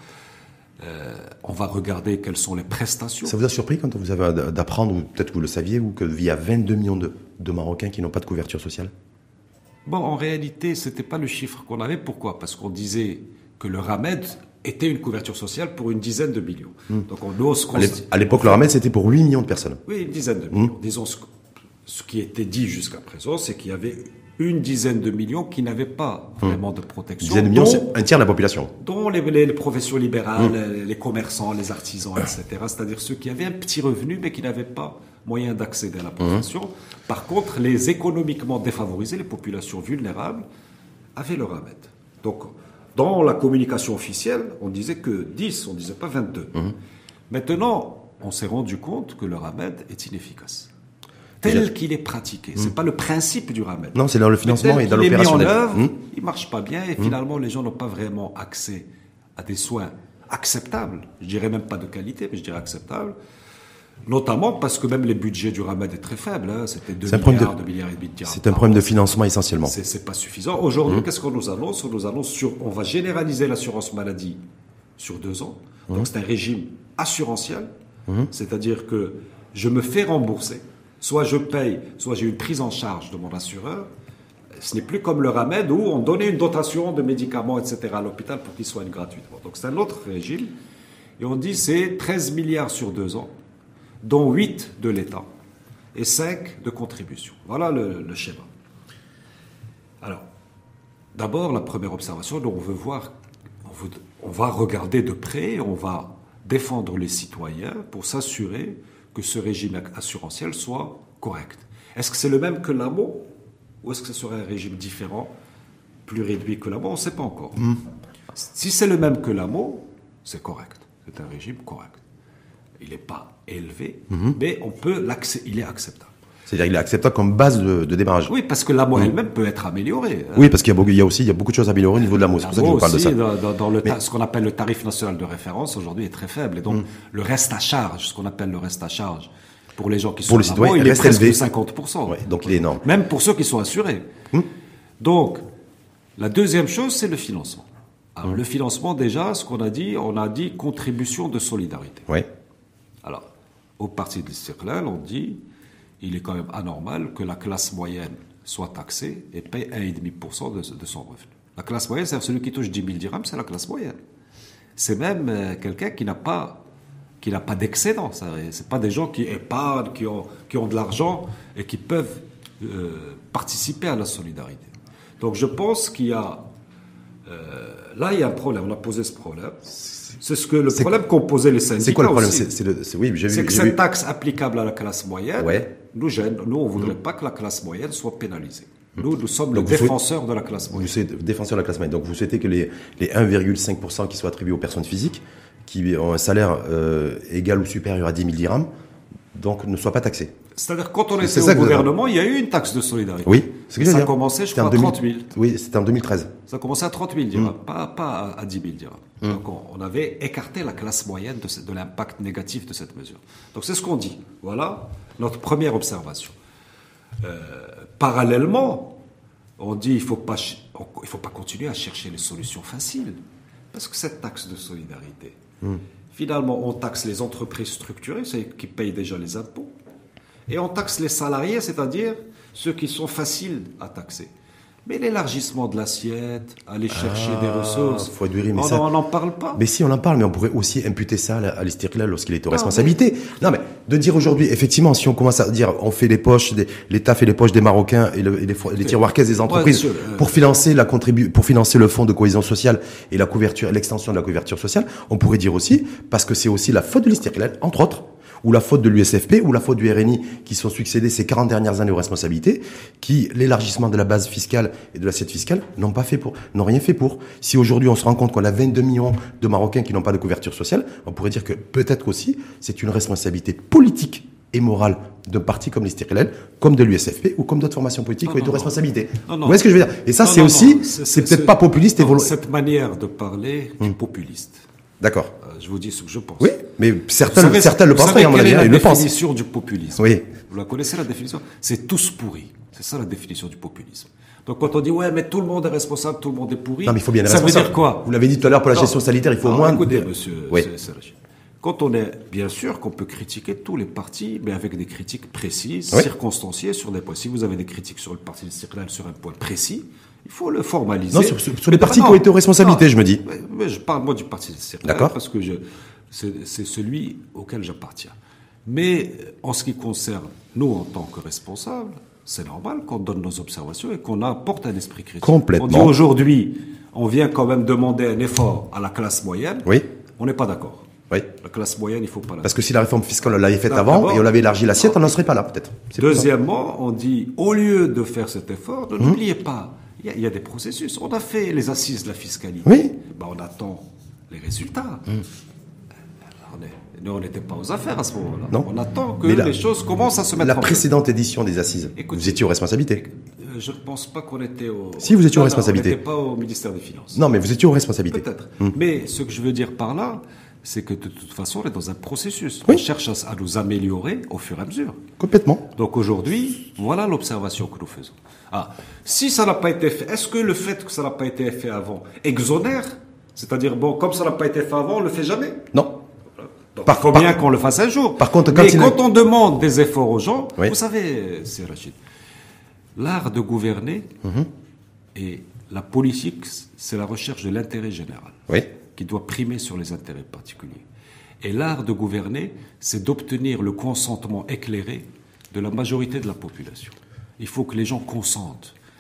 Euh, on va regarder quelles sont les prestations. Ça vous a surpris quand vous avez d'apprendre, ou peut-être que vous le saviez, ou qu'il y a vingt-deux millions de, de Marocains qui n'ont pas de couverture sociale? Bon, en réalité, c'était pas le chiffre qu'on avait. Pourquoi? Parce qu'on disait que le RAMED était une couverture sociale pour une dizaine de millions. Donc on ose À l'ép- À l'époque, le RAMED, c'était pour huit millions de personnes. Oui, une dizaine de millions. Disons, ce, ce qui était dit jusqu'à présent, c'est qu'il y avait une dizaine de millions qui n'avaient pas vraiment de protection. Une dizaine de millions, dont- c'est un tiers de la population. dont les, les- les professions libérales, les, les commerçants, les artisans, et cetera. C'est-à-dire ceux qui avaient un petit revenu, mais qui n'avaient pas moyen d'accéder à la profession. Par contre, les économiquement défavorisés, les populations vulnérables, avaient le RAMED. Donc, dans la communication officielle, on disait que dix, on ne disait pas vingt-deux. Maintenant, on s'est rendu compte que le RAMED est inefficace. Tel Déjà- qu'il est pratiqué. C'est pas le principe du RAMED. Non, c'est dans le Mais financement tel et dans qu'il est mis en l'opérationnel. œuvre, Hum. il marche pas bien et finalement les gens n'ont pas vraiment accès à des soins acceptables. Je dirais même pas de qualité, mais je dirais acceptables. Notamment parce que même les budgets du RAMED est très faible. Hein. C'était deux C'est un problème milliards, de- deux milliards et demi de dirhams C'est un par problème an. de financement essentiellement. C'est, c'est pas suffisant. Aujourd'hui, qu'est-ce qu'on nous annonce? On nous annonce sur, on va généraliser l'assurance maladie sur deux ans. Donc c'est un régime assurantiel, c'est-à-dire que je me fais rembourser. Soit je paye, soit j'ai une prise en charge de mon assureur. Ce n'est plus comme le RAMED où on donnait une dotation de médicaments, et cetera à l'hôpital pour qu'ils soignent gratuitement. Donc c'est un autre régime. Et on dit c'est treize milliards sur deux ans, dont huit de l'État et cinq de contribution. Voilà le, le schéma. Alors, d'abord, la première observation, donc on veut voir, on on va regarder de près, on va défendre les citoyens pour s'assurer que ce régime assurantiel soit correct. Est-ce que c'est le même que l'A M O ou est-ce que ce serait un régime différent, plus réduit que l'A M O? On ne sait pas encore. Mmh. Si c'est le même que l'A M O, c'est correct. C'est un régime correct. Il n'est pas élevé, mmh. mais on peut il est acceptable. C'est-à-dire qu'il est acceptable comme base de, de démarrage. Oui, parce que l'A M O mmh. elle-même peut être améliorée. Oui, parce qu'il y a, beaucoup, il y a aussi il y a beaucoup de choses à améliorer au niveau de l'A M O. C'est pour ça que je vous parle aussi, de ça. Dans, dans, dans le mais... ta, ce qu'on appelle le tarif national de référence, aujourd'hui, est très faible. Et donc, mmh. le reste à charge, ce qu'on appelle le reste à charge, pour les gens qui sont pour le citoyen, il est presque élevé. de cinquante pour cent. Ouais, donc il est énorme. Même pour ceux qui sont assurés. Mmh. Donc, la deuxième chose, c'est le financement. Alors, mmh. le financement, déjà, ce qu'on a dit, on a dit contribution de solidarité. Oui. Alors, au parti de l'Istiqlal, on dit il est quand même anormal que la classe moyenne soit taxée et paye un virgule cinq pour cent de, de son revenu. La classe moyenne, c'est celui qui touche dix mille dirhams, c'est la classe moyenne. C'est même euh, quelqu'un qui n'a pas, qui n'a pas d'excédent. Ce n'est pas des gens qui épargnent, qui ont, qui ont de l'argent et qui peuvent euh, participer à la solidarité. Donc je pense qu'il y a... Euh, là, il y a un problème. On a posé ce problème. C'est ce que le c'est problème qu'ont posé les syndicats. C'est quoi le problème? C'est, c'est, le, c'est, oui, j'ai c'est vu, que j'ai cette vu. taxe applicable à la classe moyenne ouais. nous gêne. Nous, on ne voudrait mmh. pas que la classe moyenne soit pénalisée. Nous, nous sommes Donc le défenseur souhaitez, de la classe moyenne. Vous souhaitez, défenseur de la classe moyenne. Donc vous souhaitez que les, les un virgule cinq pour cent qui soient attribués aux personnes physiques, qui ont un salaire euh, égal ou supérieur à dix mille dirhams, donc ne soient pas taxés. C'est-à-dire quand on était au gouvernement, il y a eu une taxe de solidarité. Oui, c'est ce que je veux ça dire. a commencé, je crois, à trente mille. Oui, c'était en deux mille treize. Ça a commencé à trente mille dirhams, mmh. pas, pas à dix mille dirhams. Mmh. Donc on, on avait écarté la classe moyenne de, ce, de l'impact négatif de cette mesure. Donc c'est ce qu'on dit. Voilà notre première observation. Euh, parallèlement, on dit il ne faut, pas, il faut pas continuer à chercher les solutions faciles. Parce que cette taxe de solidarité, mmh. finalement, on taxe les entreprises structurées, c'est qui payent déjà les impôts. Et on taxe les salariés, c'est-à-dire ceux qui sont faciles à taxer. Mais l'élargissement de l'assiette, aller chercher ah, des ressources, Fouadouiri, mais on ça... n'en parle pas. Mais si, on en parle, mais on pourrait aussi imputer ça à l'Istiqlal lorsqu'il était aux responsabilités. Mais... Non, mais de dire aujourd'hui, effectivement, si on commence à dire on fait les poches, des, l'État fait les poches des Marocains et, le, et les, les tiroirs caisses des entreprises ouais, euh... pour financer la contribu... pour financer le fonds de cohésion sociale et la couverture, l'extension de la couverture sociale, on pourrait dire aussi, parce que c'est aussi la faute de l'Istiqlal, entre autres, ou la faute de l'U S F P, ou la faute du R N I, qui sont succédés ces quarante dernières années aux responsabilités, qui, l'élargissement de la base fiscale et de l'assiette fiscale, n'ont pas fait pour, n'ont rien fait pour. Si aujourd'hui on se rend compte qu'on a vingt-deux millions de Marocains qui n'ont pas de couverture sociale, on pourrait dire que peut-être aussi, c'est une responsabilité politique et morale d'un parti comme l'Istiqlal, comme de l'U S F P, ou comme d'autres formations politiques qui ont de responsabilité. Vous voyez ce que je veux dire? Et ça, non, c'est non, aussi, non, c'est, c'est peut-être c'est, pas populiste non, et volontaire. Cette manière de parler est hum. populiste. D'accord. Euh, je vous dis ce que je pense. Oui, mais certains, savez, certains le pensent, à mon avis, ils le pensent. Quelle est la définition du populisme? Oui. Vous la connaissez, la définition? C'est tous pourris. C'est ça la définition du populisme. Donc quand on dit, ouais, mais tout le monde est responsable, tout le monde est pourri. Non, mais il faut bien être ça responsable. Ça veut dire quoi? Vous l'avez dit tout à l'heure pour la non. gestion sanitaire, il faut non, au moins. Écoutez, monsieur, oui. Serge. Quand on est, bien sûr qu'on peut critiquer tous les partis, mais avec des critiques précises, oui. circonstanciées sur des points. Si vous avez des critiques sur le parti de l'Istiqlal sur un point précis, il faut le formaliser. Non, sur, sur, sur les partis ah, qui ont été aux responsabilités, non, je me dis. Mais, mais je parle, moi, du parti de l'Istiqlal. D'accord. Parce que je, c'est, c'est celui auquel j'appartiens. Mais, en ce qui concerne nous, en tant que responsables, c'est normal qu'on donne nos observations et qu'on apporte un esprit critique. Complètement. On dit aujourd'hui, on vient quand même demander un effort à la classe moyenne. Oui. On n'est pas d'accord. Oui. La classe moyenne, il ne faut pas la... Parce que si la réforme fiscale, on l'avait faite avant et on avait élargi l'assiette, on n'en serait pas là, peut-être. C'est Deuxièmement, on dit, au lieu de faire cet effort, ne mmh. n'oubliez pas, il y, y a des processus. On a fait les assises de la fiscalité. Oui. Ben, on attend les résultats. Mmh. On est, nous, on n'était pas aux affaires à ce moment-là. Non. On attend que la, les choses commencent à se mettre la en place. La précédente édition des assises, Écoutez, vous étiez aux responsabilités. Je ne pense pas qu'on était au... Si, vous étiez aux non, responsabilités. Non, on n'était pas au ministère des Finances. Non, mais vous étiez aux responsabilités. Peut-être. Mmh. Mais ce que je veux dire par là, c'est que de toute façon, on est dans un processus. Oui. On cherche à, à nous améliorer au fur et à mesure. Complètement. Donc aujourd'hui, voilà l'observation que nous faisons. Ah, si ça n'a pas été fait, est-ce que le fait que ça n'a pas été fait avant exonère? C'est-à-dire, bon, comme ça n'a pas été fait avant, on ne le fait jamais? Non. Donc, par, il faut par, bien qu'on le fasse un jour. Par contre, quand Mais il quand a... on demande des efforts aux gens, oui. vous savez, c'est Rachid, l'art de gouverner mm-hmm. et la politique, c'est la recherche de l'intérêt général. Oui. Qui doit primer sur les intérêts particuliers. Et l'art de gouverner, c'est d'obtenir le consentement éclairé de la majorité de la population. Il faut que les gens consentent.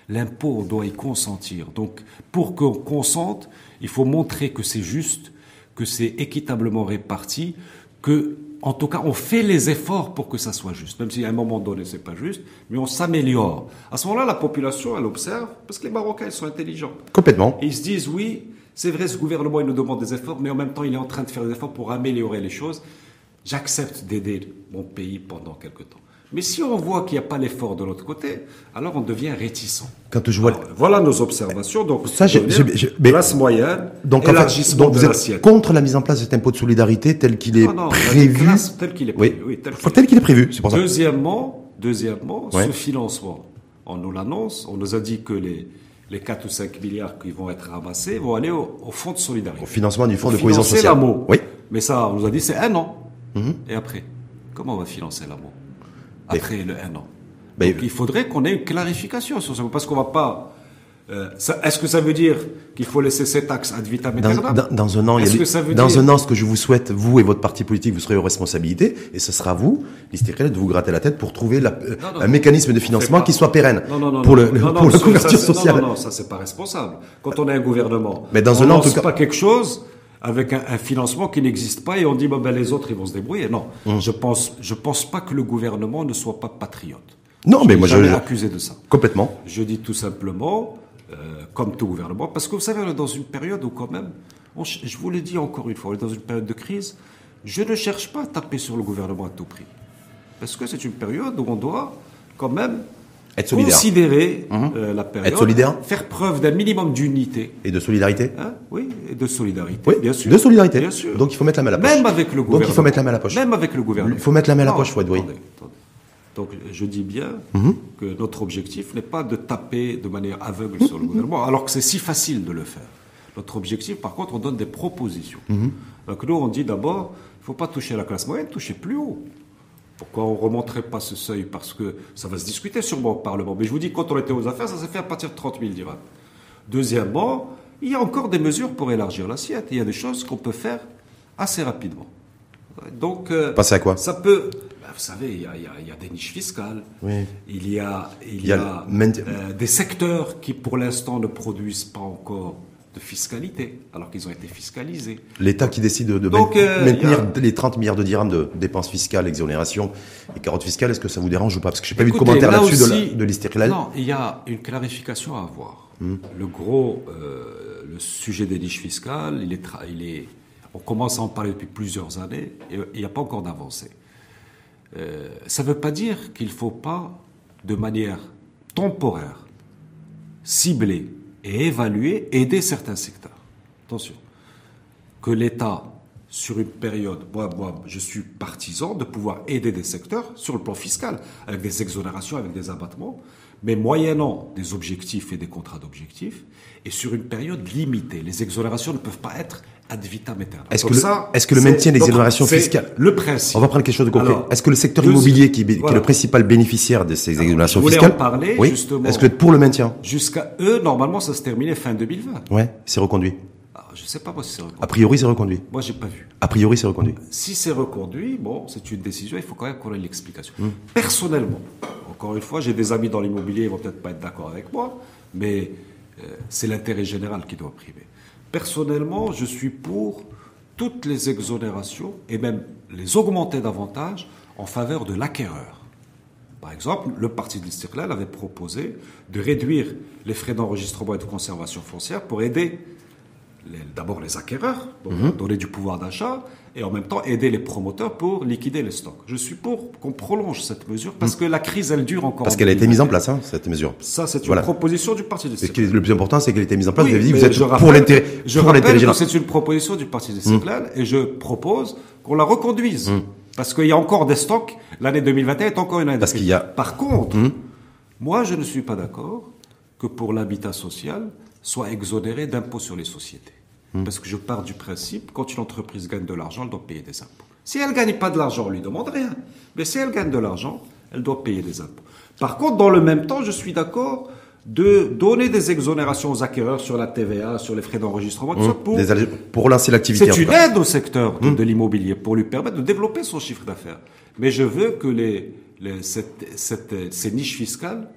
l'impôt, on doit y consentir. Donc, pour qu'on consente, il faut montrer que c'est juste, que c'est équitablement réparti, que, en tout cas, on fait les efforts pour que ça soit juste. Même si à un moment donné, c'est pas juste, mais on s'améliore. À ce moment-là, la population, elle observe, parce que les Marocains, ils sont intelligents. Complètement. Et ils se disent, oui, c'est vrai, ce gouvernement, il nous demande des efforts, mais en même temps, il est en train de faire des efforts pour améliorer les choses. J'accepte d'aider mon pays pendant quelque temps. Mais si on voit qu'il n'y a pas l'effort de l'autre côté, alors on devient réticent. Quand je vois... Alors, voilà nos observations. Donc, ça, j'ai, j'ai, j'ai, mais... classe moyenne, donc, élargissement en fait, donc de vous êtes l'assiette. Contre la mise en place de cet impôt de solidarité tel qu'il est non, non, prévu. Classe, tel qu'il est prévu. Oui, oui tel, qu'il tel qu'il est prévu. C'est pour ça. Deuxièmement, deuxièmement, ouais. ce financement, on nous l'annonce, on nous a dit que les les quatre ou cinq milliards qui vont être ramassés vont aller au, au fonds de solidarité. Au financement du fonds Pour de cohésion sociale. C'est l'AMO. Oui. Mais ça, on nous a dit c'est un an. Mm-hmm. Et après, comment on va financer l'AMO après mais, le un an? Mais, Donc il faudrait qu'on ait une clarification sur ça, parce qu'on va pas. Euh, ça, est-ce que ça veut dire qu'il faut laisser cette axe ad vitam aeternam? Dans, dans, dans un an, il y a des, ça veut dans dire... un an, ce que je vous souhaite, vous et votre parti politique, vous serez aux responsabilités, et ce sera vous, l'Istiqlal, de vous gratter la tête pour trouver la, non, non, un mécanisme de financement qui soit pérenne non, non, non, pour, le, non, pour non, la couverture ça, sociale. Non, non, non, ça c'est pas responsable. Quand on a un gouvernement, mais dans on un an, lance en tout cas... pas quelque chose avec un, un financement qui n'existe pas et on dit bah, ben, les autres ils vont se débrouiller. Non, hum. je pense, je pense pas que le gouvernement ne soit pas patriote. Non, je mais moi je jamais accusé de ça. Complètement. Je dis tout simplement. Euh, comme tout gouvernement, parce que vous savez, on est dans une période où quand même, on, je vous l'ai dit encore une fois, on est dans une période de crise, je ne cherche pas à taper sur le gouvernement à tout prix, parce que c'est une période où on doit quand même être solidaire. Considérer mmh. euh, la période, être solidaire, faire preuve d'un minimum d'unité. Et de solidarité hein, Oui, et de solidarité, oui, bien sûr. De solidarité, bien sûr. Donc il faut mettre la main à la poche. Même avec le gouvernement. Donc il faut mettre la main à la poche. Même avec le gouvernement. Il faut mettre la main à la poche, Fouad Bouri. Donc je dis bien mmh. que notre objectif n'est pas de taper de manière aveugle mmh. sur le gouvernement, alors que c'est si facile de le faire. Notre objectif, par contre, on donne des propositions. Mmh. Donc nous, on dit d'abord, il ne faut pas toucher à la classe moyenne, toucher plus haut. Pourquoi on ne remonterait pas ce seuil? Parce que ça va se discuter sûrement au Parlement. Mais je vous dis, quand on était aux affaires, ça s'est fait à partir de trente mille dirhams. Deuxièmement, il y a encore des mesures pour élargir l'assiette. Il y a des choses qu'on peut faire assez rapidement. Donc, euh, Passer à quoi? Ça peut... Vous savez, il y, a, il, y a, il y a des niches fiscales, oui. il y a, il il y a, y a euh, des secteurs qui, pour l'instant, ne produisent pas encore de fiscalité, alors qu'ils ont été fiscalisés. L'État qui décide de, de Donc, euh, maintenir a... les trente milliards de dirhams de dépenses fiscales, exonération et carottes fiscales, est-ce que ça vous dérange ou pas? Parce que je n'ai pas Écoutez, vu de commentaire là là-dessus aussi, de, de l'Istiqlal. Non, il y a une clarification à avoir. Hum. Le gros, euh, le sujet des niches fiscales, il est, tra- il est, on commence à en parler depuis plusieurs années et il n'y a pas encore d'avancée. Euh, ça ne veut pas dire qu'il ne faut pas, de manière temporaire, cibler et évaluer, aider certains secteurs. Attention, que l'État, sur une période, moi, moi, je suis partisan de pouvoir aider des secteurs sur le plan fiscal, avec des exonérations, avec des abattements, mais moyennant des objectifs et des contrats d'objectifs, et sur une période limitée. Les exonérations ne peuvent pas être ad vitam aeternam. Est-ce que, le, est-ce que le maintien des exonérations fiscales... Le principe. On va prendre quelque chose de concret. Alors, est-ce que le secteur deux, immobilier, qui, voilà. qui est le principal bénéficiaire de ces exonérations Alors, je fiscales... en parler, oui. justement. Est-ce que vous êtes pour le maintien? Jusqu'à eux, normalement, ça se terminait fin deux mille vingt. Ouais, c'est reconduit. Alors, je ne sais pas moi si c'est reconduit. A priori, c'est reconduit. Moi, j'ai pas vu. A priori, c'est reconduit. Si c'est reconduit, bon, c'est une décision, il faut quand même qu'on ait l'explication. Hum. Personnellement, encore une fois, j'ai des amis dans l'immobilier, ils vont peut-être pas être d'accord avec moi, mais euh, c'est l'intérêt général qui doit primer. Personnellement, je suis pour toutes les exonérations et même les augmenter davantage en faveur de l'acquéreur. Par exemple, le parti de l'Istiqlal avait proposé de réduire les frais d'enregistrement et de conservation foncière pour aider les, d'abord les acquéreurs, donc mmh. donner du pouvoir d'achat, et en même temps aider les promoteurs pour liquider les stocks. Je suis pour qu'on prolonge cette mesure parce mmh. que la crise, elle dure encore. Parce qu'elle a été mise en place, hein, cette mesure. Ça, c'est une voilà. proposition du parti de l'Istiqlal. Le plus important, c'est qu'elle a été mise en place. Oui, vous avez dit que vous êtes je pour rappelle, l'intérêt Je pour rappelle général. que c'est une proposition du parti de l'Istiqlal mmh. et je propose qu'on la reconduise. Mmh. Parce qu'il y a encore des stocks. L'année deux mille vingt et un est encore une année. Parce qu'il y a... Par contre, mmh. moi, je ne suis pas d'accord que pour l'habitat social, soit exonéré d'impôts sur les sociétés. Mmh. Parce que je pars du principe, quand une entreprise gagne de l'argent, elle doit payer des impôts. Si elle ne gagne pas de l'argent, on ne lui demande rien. Mais si elle gagne de l'argent, elle doit payer des impôts. Par contre, dans le même temps, je suis d'accord de donner des exonérations aux acquéreurs sur la T V A, sur les frais d'enregistrement, tout mmh. ça pour, des, pour relancer l'activité. C'est une aide au secteur de, mmh. de l'immobilier pour lui permettre de développer son chiffre d'affaires. Mais je veux que les, les, cette, cette, ces niches fiscales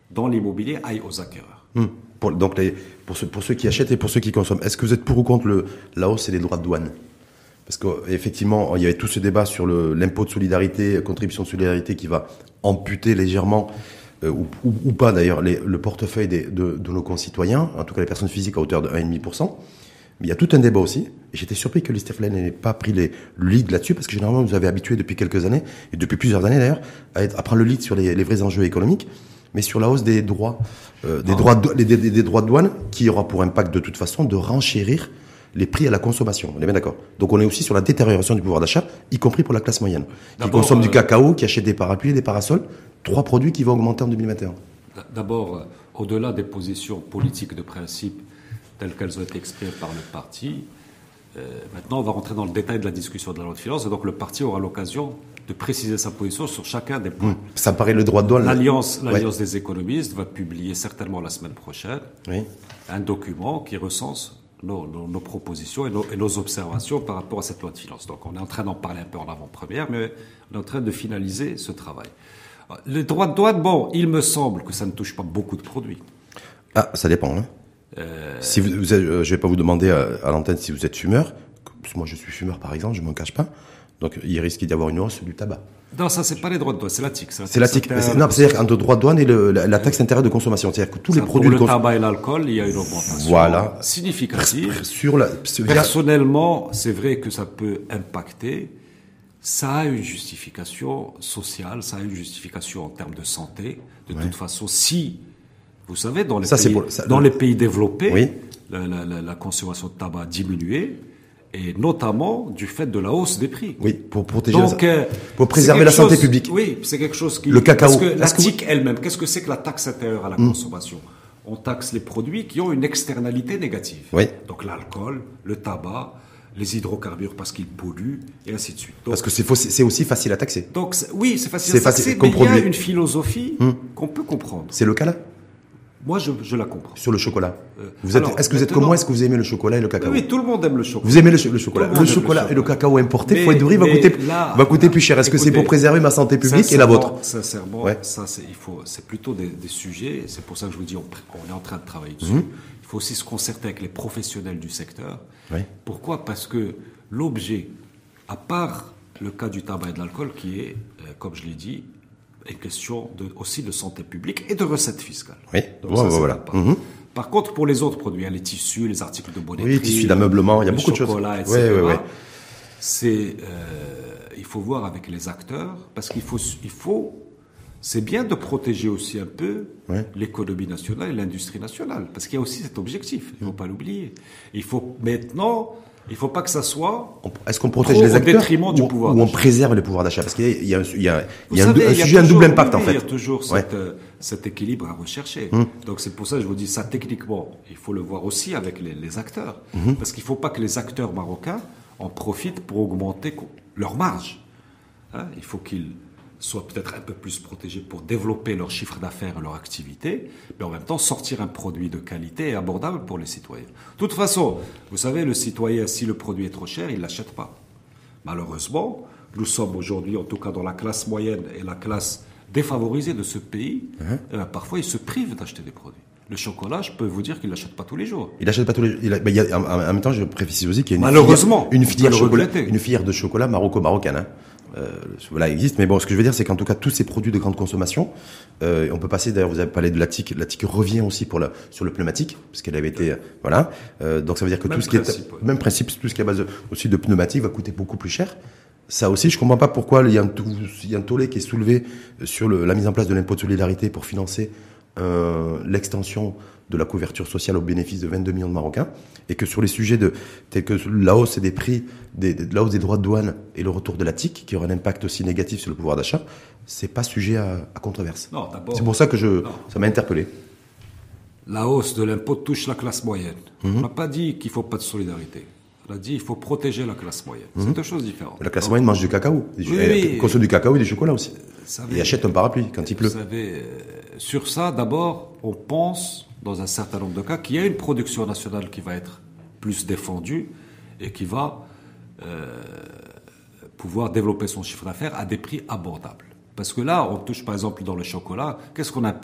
dans l'immobilier aille aux acquéreurs. Hum. Pour, donc les, pour, ceux, pour ceux qui achètent et pour ceux qui consomment. Est-ce que vous êtes pour ou contre le, la hausse des droits de douane ? Parce qu'effectivement, il y avait tout ce débat sur le, l'impôt de solidarité, contribution de solidarité qui va amputer légèrement, euh, ou, ou, ou pas d'ailleurs, les, le portefeuille des, de, de nos concitoyens, en tout cas les personnes physiques à hauteur de un virgule cinq pour cent. Mais il y a tout un débat aussi. Et j'étais surpris que l'Isterfeld n'ait pas pris les, le lead là-dessus, parce que généralement, vous avez habitué depuis quelques années, et depuis plusieurs années d'ailleurs, à, être, à prendre le lead sur les, les vrais enjeux économiques, mais sur la hausse des droits, euh, des, ah. droits de, des, des, des droits de douane, qui aura pour impact de toute façon de renchérir les prix à la consommation. On est bien d'accord. Donc on est aussi sur la détérioration du pouvoir d'achat, y compris pour la classe moyenne, qui d'abord, consomme euh, du cacao, qui achète des parapluies et des parasols, trois produits qui vont augmenter en deux mille vingt et un. D'abord, euh, au-delà des positions politiques de principe telles qu'elles ont été exprimées par le parti, euh, maintenant on va rentrer dans le détail de la discussion de la loi de finances, et donc le parti aura l'occasion de préciser sa position sur chacun des points. Mmh. Ça me paraît le droit de douane. L'Alliance, l'Alliance ouais. des économistes va publier certainement la semaine prochaine oui. un document qui recense Nos, nos, nos propositions et nos, et nos observations par rapport à cette loi de finances. Donc on est en train d'en parler un peu en avant-première, mais on est en train de finaliser ce travail. Les droits de douane, bon, il me semble que ça ne touche pas beaucoup de produits. Ah, ça dépend. Hein. Euh... Si vous, vous êtes, euh, je ne vais pas vous demander à, à l'antenne si vous êtes fumeur. Moi, je suis fumeur, par exemple, je ne m'en cache pas. Donc il risque d'y avoir une hausse du tabac. Non, ça, c'est pas les droits de douane, c'est la T I C. C'est la T I C. C'est, non, c'est-à-dire qu'entre droit de douane et le, la, la taxe d'intérêt de consommation. C'est-à-dire que tous les produits pour de le tabac et l'alcool, il y a une augmentation voilà. significative. Sur la, Personnellement, c'est vrai que ça peut impacter. Ça a une justification sociale, ça a une justification en termes de santé. De ouais. toute façon, si, vous savez, dans les, ça, pays, pour, ça, dans le... les pays développés, oui. la, la, la, la consommation de tabac a diminué. Et notamment du fait de la hausse des prix. Oui, pour protéger, Donc, la, pour préserver la santé chose, publique. Oui, c'est quelque chose qui. Le cacao. Parce que la Est-ce T I C que vous... elle-même, qu'est-ce que c'est que la taxe intérieure à la mmh. consommation ? On taxe les produits qui ont une externalité négative. Oui. Donc l'alcool, le tabac, les hydrocarbures parce qu'ils polluent, et ainsi de suite. Donc, parce que c'est, faux, c'est aussi facile à taxer. Donc oui, c'est facile c'est à taxer, facile, mais il y a une philosophie mmh. qu'on peut comprendre. C'est le cas là ? Moi, je, je la comprends. Sur le chocolat. Euh, vous êtes, alors, est-ce que vous êtes comme moi, est-ce que vous aimez le chocolat et le cacao ? Oui, tout le monde aime le chocolat. Vous aimez le, le chocolat. Le, le chocolat le et le cacao importé, mais, Fouad Douri, va coûter, là, va coûter plus cher. Est-ce écoutez, que c'est pour préserver ma santé publique et la vôtre ? Sincèrement, ouais. ça, c'est, il faut, c'est plutôt des, des sujets, c'est pour ça que je vous dis, on, on est en train de travailler dessus. Mmh. Il faut aussi se concerter avec les professionnels du secteur. Oui. Pourquoi ? Parce que l'objet, à part le cas du tabac et de l'alcool, qui est, euh, comme je l'ai dit, une question de, aussi de santé publique et de recettes fiscales. Oui, donc ouais, ça, ouais, voilà. Mmh. Par contre, pour les autres produits, hein, les tissus, les articles de bonneterie, oui, tissus d'ameublement, il y a beaucoup de choses. Le chocolat, et cetera. Ouais, ouais, ouais. C'est, euh, il faut voir avec les acteurs, parce qu'il faut, il faut, c'est bien de protéger aussi un peu ouais. l'économie nationale et l'industrie nationale, parce qu'il y a aussi cet objectif. Il ne faut pas l'oublier. Il faut maintenant. Il ne faut pas que ça soit. Est-ce qu'on protège les acteurs ou, du pouvoir ou on préserve le pouvoir d'achat ? Parce qu'il y a, il y a, il y a, savez, un, un il y a sujet, un double impact oui, en fait. Il y a toujours ouais. cette, euh, cet équilibre à rechercher. Hum. Donc c'est pour ça que je vous dis ça techniquement. Il faut le voir aussi avec les, les acteurs. Hum. Parce qu'il ne faut pas que les acteurs marocains en profitent pour augmenter leur marge. Hein, il faut qu'ils soient peut-être un peu plus protégés pour développer leur chiffre d'affaires et leur activité, mais en même temps sortir un produit de qualité et abordable pour les citoyens. De toute façon, vous savez, le citoyen, si le produit est trop cher, il ne l'achète pas. Malheureusement, nous sommes aujourd'hui, en tout cas dans la classe moyenne et la classe défavorisée de ce pays, uh-huh. eh bien, parfois ils se privent d'acheter des produits. Le chocolat, je peux vous dire qu'il l'achète pas tous les jours. Il l'achète pas tous les jours. Il a, ben, il y a, en, en même temps, je précise aussi qu'il y a une Malheureusement, filière, une filière, chocolat, une filière de chocolat maroco-marocaine. Hein. Euh, voilà, existe, mais bon, ce que je veux dire, c'est qu'en tout cas, tous ces produits de grande consommation, euh, on peut passer. D'ailleurs, vous avez parlé de la T I C. La T I C revient aussi pour la sur le pneumatique, parce qu'elle avait été, euh, voilà. Euh, donc ça veut dire que même tout ce qui principe, est ouais. même principe, tout ce qui est à base aussi de pneumatique va coûter beaucoup plus cher. Ça aussi, je comprends pas pourquoi il y a un, il y a un tollé qui est soulevé sur le, la mise en place de l'impôt de solidarité pour financer euh, l'extension de la couverture sociale au bénéfice de vingt-deux millions de Marocains, et que sur les sujets de, tels que la hausse des prix, des, de la hausse des droits de douane et le retour de la T I C, qui aura un impact aussi négatif sur le pouvoir d'achat, c'est pas sujet à, à controverse. Non, d'abord, c'est pour ça que je, non. ça m'a interpellé. La hausse de l'impôt touche la classe moyenne. Mm-hmm. On n'a pas dit qu'il faut pas de solidarité. On a dit qu'il faut protéger la classe moyenne. Mm-hmm. C'est deux choses différentes. La classe Donc, moyenne mange du cacao. Oui, elle consomme du cacao et du chocolat aussi. Savez, et achète un parapluie quand il pleut. Vous savez, euh, sur ça, d'abord, on pense, dans un certain nombre de cas, qu'il y a une production nationale qui va être plus défendue et qui va euh, pouvoir développer son chiffre d'affaires à des prix abordables. Parce que là, on touche par exemple dans le chocolat, qu'est-ce qu'on importe ?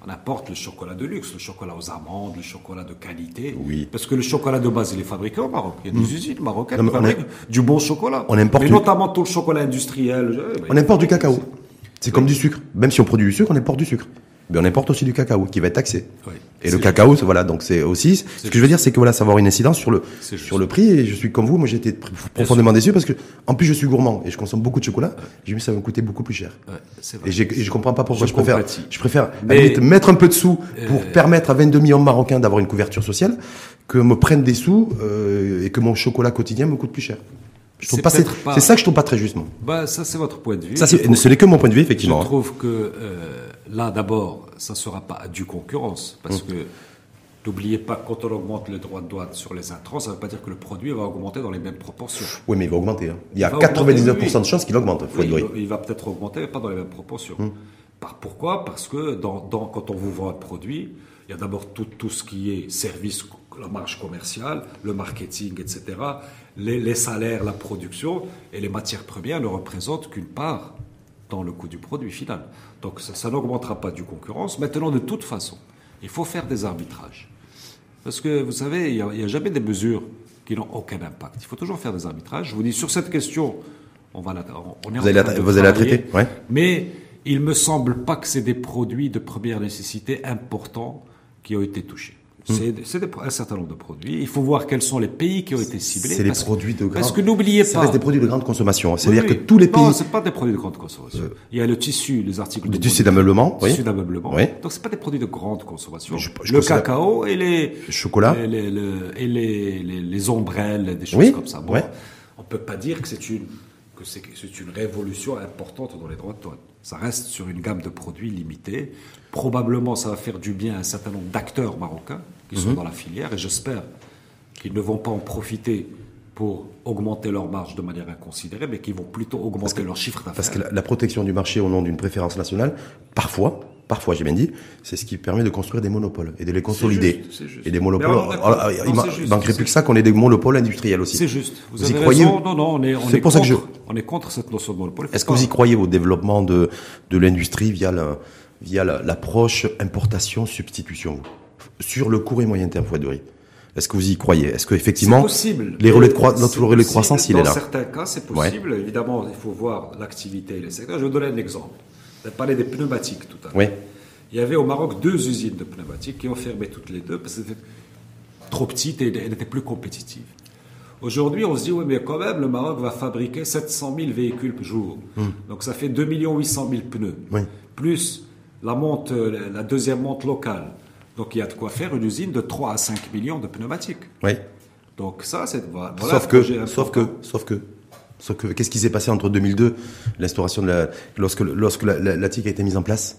On importe le chocolat de luxe, le chocolat aux amandes, le chocolat de qualité. Oui. Parce que le chocolat de base, il est fabriqué au Maroc. Il y a des mmh. usines marocaines non, qui fabriquent est... du bon chocolat. On importe mais du... notamment tout le chocolat industriel. On importe du cacao. C'est oui. comme du sucre. Même si on produit du sucre, on importe du sucre. Mais on importe aussi du cacao qui va être taxé. Oui. Et le cacao, juste. voilà, donc c'est aussi. C'est ce que juste. je veux dire, c'est que voilà, ça va avoir une incidence sur le sur le prix. Et je suis comme vous, moi j'ai été profondément déçu parce que en plus je suis gourmand et je consomme beaucoup de chocolat. Ouais. J'ai vu que ça va me coûter beaucoup plus cher. Ouais, et, et je comprends pas pourquoi je, je préfère. Je préfère mais, mettre un peu de sous pour euh, permettre à vingt-deux millions de Marocains d'avoir une couverture sociale que me prennent des sous euh, et que mon chocolat quotidien me coûte plus cher. Je trouve pas c'est, pas... c'est ça que je trouve pas très justement. Bah ça c'est votre point de vue. Ça c'est, ce n'est que mon point de vue effectivement. Je trouve que euh, là d'abord ça ne sera pas à due concurrence parce mmh. que n'oubliez pas quand on augmente les droits de douane sur les intrants, ça ne veut pas dire que le produit va augmenter dans les mêmes proportions. Oui mais il va augmenter. Hein. Il y a il quatre-vingt-dix-neuf pour cent de chances qu'il augmente. Faut oui, il, il va peut-être augmenter mais pas dans les mêmes proportions. Mmh. Par, pourquoi ? Parce que dans, dans, quand on vous vend un produit, il y a d'abord tout, tout ce qui est service, la marge commerciale, le marketing, et cetera. Les, les salaires, la production et les matières premières ne représentent qu'une part dans le coût du produit final. Donc ça, ça n'augmentera pas du concurrence. Maintenant, de toute façon, il faut faire des arbitrages. Parce que, vous savez, il n'y a, a jamais des mesures qui n'ont aucun impact. Il faut toujours faire des arbitrages. Je vous dis, sur cette question, on va la, on est vous, allez la, vous allez la traiter, ouais. Mais il ne me semble pas que c'est des produits de première nécessité importants qui ont été touchés. C'est, mmh. c'est des, un certain nombre de produits. Il faut voir quels sont les pays qui ont été ciblés. C'est parce, les produits de grande... Parce que n'oubliez ça pas... reste des produits de grande consommation. C'est-à-dire oui, que tous les pays... Non, c'est pas des produits de grande consommation. Euh... Il y a le tissu, les articles... Le tissu d'ameublement, oui. Le tissu d'ameublement. Oui. Donc c'est pas des produits de grande consommation. Je, je le cacao la... et les... Le chocolat. Les, les, les, et les, les, les ombrelles, des choses oui. comme ça. Bon, oui. On peut pas dire que c'est une... que c'est, c'est une révolution importante dans les droits de douane. Ça reste sur une gamme de produits limitée. Probablement, ça va faire du bien à un certain nombre d'acteurs marocains qui mmh. sont dans la filière, et j'espère qu'ils ne vont pas en profiter pour augmenter leur marge de manière inconsidérée, mais qu'ils vont plutôt augmenter leur chiffre d'affaires. Parce que la, la protection du marché au nom d'une préférence nationale, parfois, parfois j'ai bien dit, c'est ce qui permet de construire des monopoles et de les consolider. C'est juste, c'est juste. Et des monopoles. Alors, alors, il non, il manquerait plus que ça qu'on ait des monopoles industriels aussi. C'est juste. Vous, vous avez y croyez raison. Non, non, on est, on c'est est pour contre, ça que je... on est contre cette notion de monopole. Est-ce que vous y croyez au développement de, de l'industrie via la, via la, l'approche importation-substitution, sur le court et moyen terme, Fouad-Douri? Est-ce que vous y croyez? Est-ce qu'effectivement, possible. Les relais de croi... notre relais de croissance, il est là? Dans certains cas, c'est possible. Ouais. Évidemment, il faut voir l'activité et les secteurs. Je vais vous donner un exemple. Vous avez parlé des pneumatiques tout à l'heure. Oui. Il y avait au Maroc deux usines de pneumatiques qui ont fermé toutes les deux parce qu'elles étaient trop petites et elles étaient plus compétitives. Aujourd'hui, on se dit, oui, mais quand même, le Maroc va fabriquer sept cent mille véhicules par jour. Hum. Donc ça fait deux millions huit cent mille pneus. Oui. Plus la monte, la deuxième monte locale. Donc il y a de quoi faire une usine de trois à cinq millions de pneumatiques. Oui. Donc ça, c'est... Voilà, sauf, que, sauf que, sauf que, sauf que, qu'est-ce qui s'est passé entre deux mille deux, l'instauration de la... Lorsque, lorsque la, la, la T I C a été mise en place?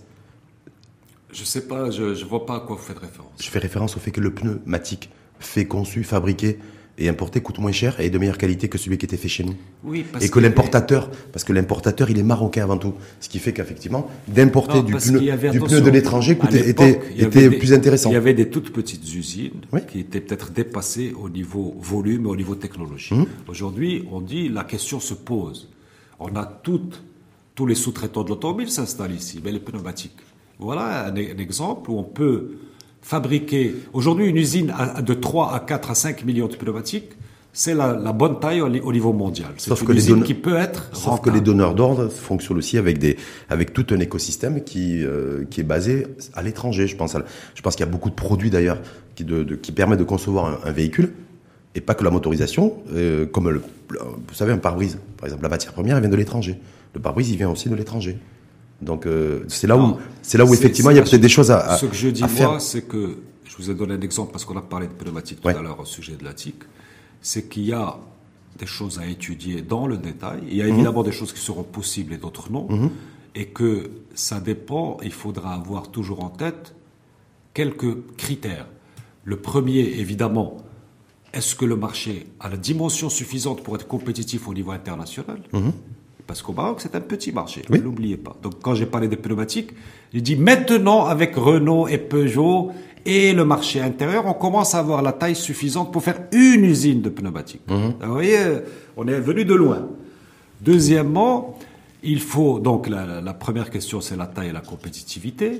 Je sais pas, je ne vois pas à quoi vous faites référence. Je fais référence au fait que le pneumatique fait, conçu, fabriqué et importé coûte moins cher et est de meilleure qualité que celui qui était fait chez nous. Oui, parce et que l'importateur, parce que l'importateur, il est marocain avant tout. Ce qui fait qu'effectivement, d'importer non, du, pneu, avait, du pneu de l'étranger coûtait, était, était des, plus intéressant. Il y avait des toutes petites usines oui. qui étaient peut-être dépassées au niveau volume et au niveau technologie. Mmh. Aujourd'hui, on dit, la question se pose. On a toutes, tous les sous-traitants de l'automobile s'installent ici, mais les pneumatiques. Voilà un, un exemple où on peut fabriquer... Aujourd'hui, une usine de trois à quatre à cinq millions de pneumatiques, c'est la, la bonne taille au, au niveau mondial. C'est sauf une que usine les donneurs, qui peut être Sauf rentable. que les donneurs d'ordre fonctionnent aussi avec, des, avec tout un écosystème qui, euh, qui est basé à l'étranger. Je pense, à, je pense qu'il y a beaucoup de produits d'ailleurs qui, de, de, qui permettent de concevoir un, un véhicule, et pas que la motorisation, euh, comme le, vous savez, un pare-brise. Par exemple, la matière première, elle vient de l'étranger. Le pare-brise, il vient aussi de l'étranger. Donc euh, c'est là non, où c'est là où c'est, effectivement c'est il y a peut-être des choses à, à ce que je dis à faire. Moi, c'est que je vous ai donné un exemple parce qu'on a parlé de pneumatiques tout ouais. à l'heure au sujet de la T I C. C'est qu'il y a des choses à étudier dans le détail. Il y a évidemment mmh. des choses qui seront possibles et d'autres non, mmh. et que ça dépend. Il faudra avoir toujours en tête quelques critères. Le premier, évidemment, est-ce que le marché a la dimension suffisante pour être compétitif au niveau international? mmh. Parce qu'au Maroc, c'est un petit marché, oui. ne l'oubliez pas. Donc, quand j'ai parlé des pneumatiques, j'ai dit maintenant, avec Renault et Peugeot et le marché intérieur, on commence à avoir la taille suffisante pour faire une usine de pneumatiques. Mmh. Vous voyez, on est venu de loin. Deuxièmement, il faut, donc la, la première question, c'est la taille et la compétitivité.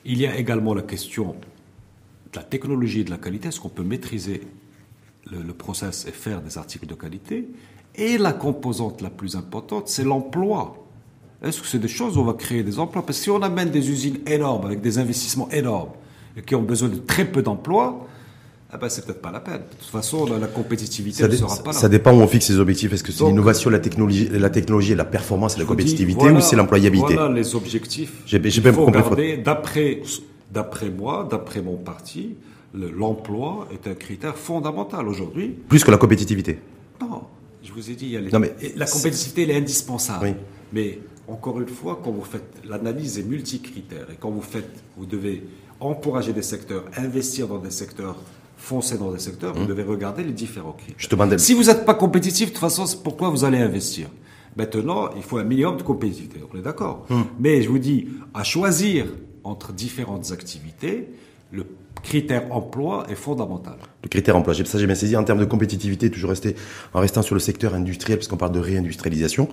Il y a également la question de la technologie et de la qualité. Est-ce qu'on peut maîtriser le, le process et faire des articles de qualité? Et la composante la plus importante, c'est l'emploi. Est-ce que c'est des choses où on va créer des emplois? Parce que si on amène des usines énormes, avec des investissements énormes, et qui ont besoin de très peu d'emplois, eh ben, c'est peut-être pas la peine. De toute façon, la, la compétitivité ne sera pas là. Ça dépend où on fixe ses objectifs. Est-ce que c'est l'innovation, la technologie, la technologie et la performance et la compétitivité, dis, voilà, ou c'est l'employabilité? Voilà les objectifs. J'ai, j'ai Il faut regarder, d'après, d'après moi, d'après mon parti, le, l'emploi est un critère fondamental aujourd'hui. Plus que la compétitivité? Non. Je vous ai dit, il y a les... non, mais la compétitivité, elle est indispensable. Oui. Mais encore une fois, quand vous faites l'analyse est multicritère et quand vous faites, vous devez encourager des secteurs, investir dans des secteurs, foncer dans des secteurs, mmh. vous devez regarder les différents critères. Je demande... Si vous n'êtes pas compétitif, de toute façon, pourquoi vous allez investir? Maintenant, il faut un minimum de compétitivité. On est d'accord. Mmh. Mais je vous dis, à choisir entre différentes activités, le critère emploi est fondamental. Le critère emploi, ça j'ai bien saisi. En termes de compétitivité, toujours rester, en restant sur le secteur industriel, puisqu'on parle de réindustrialisation,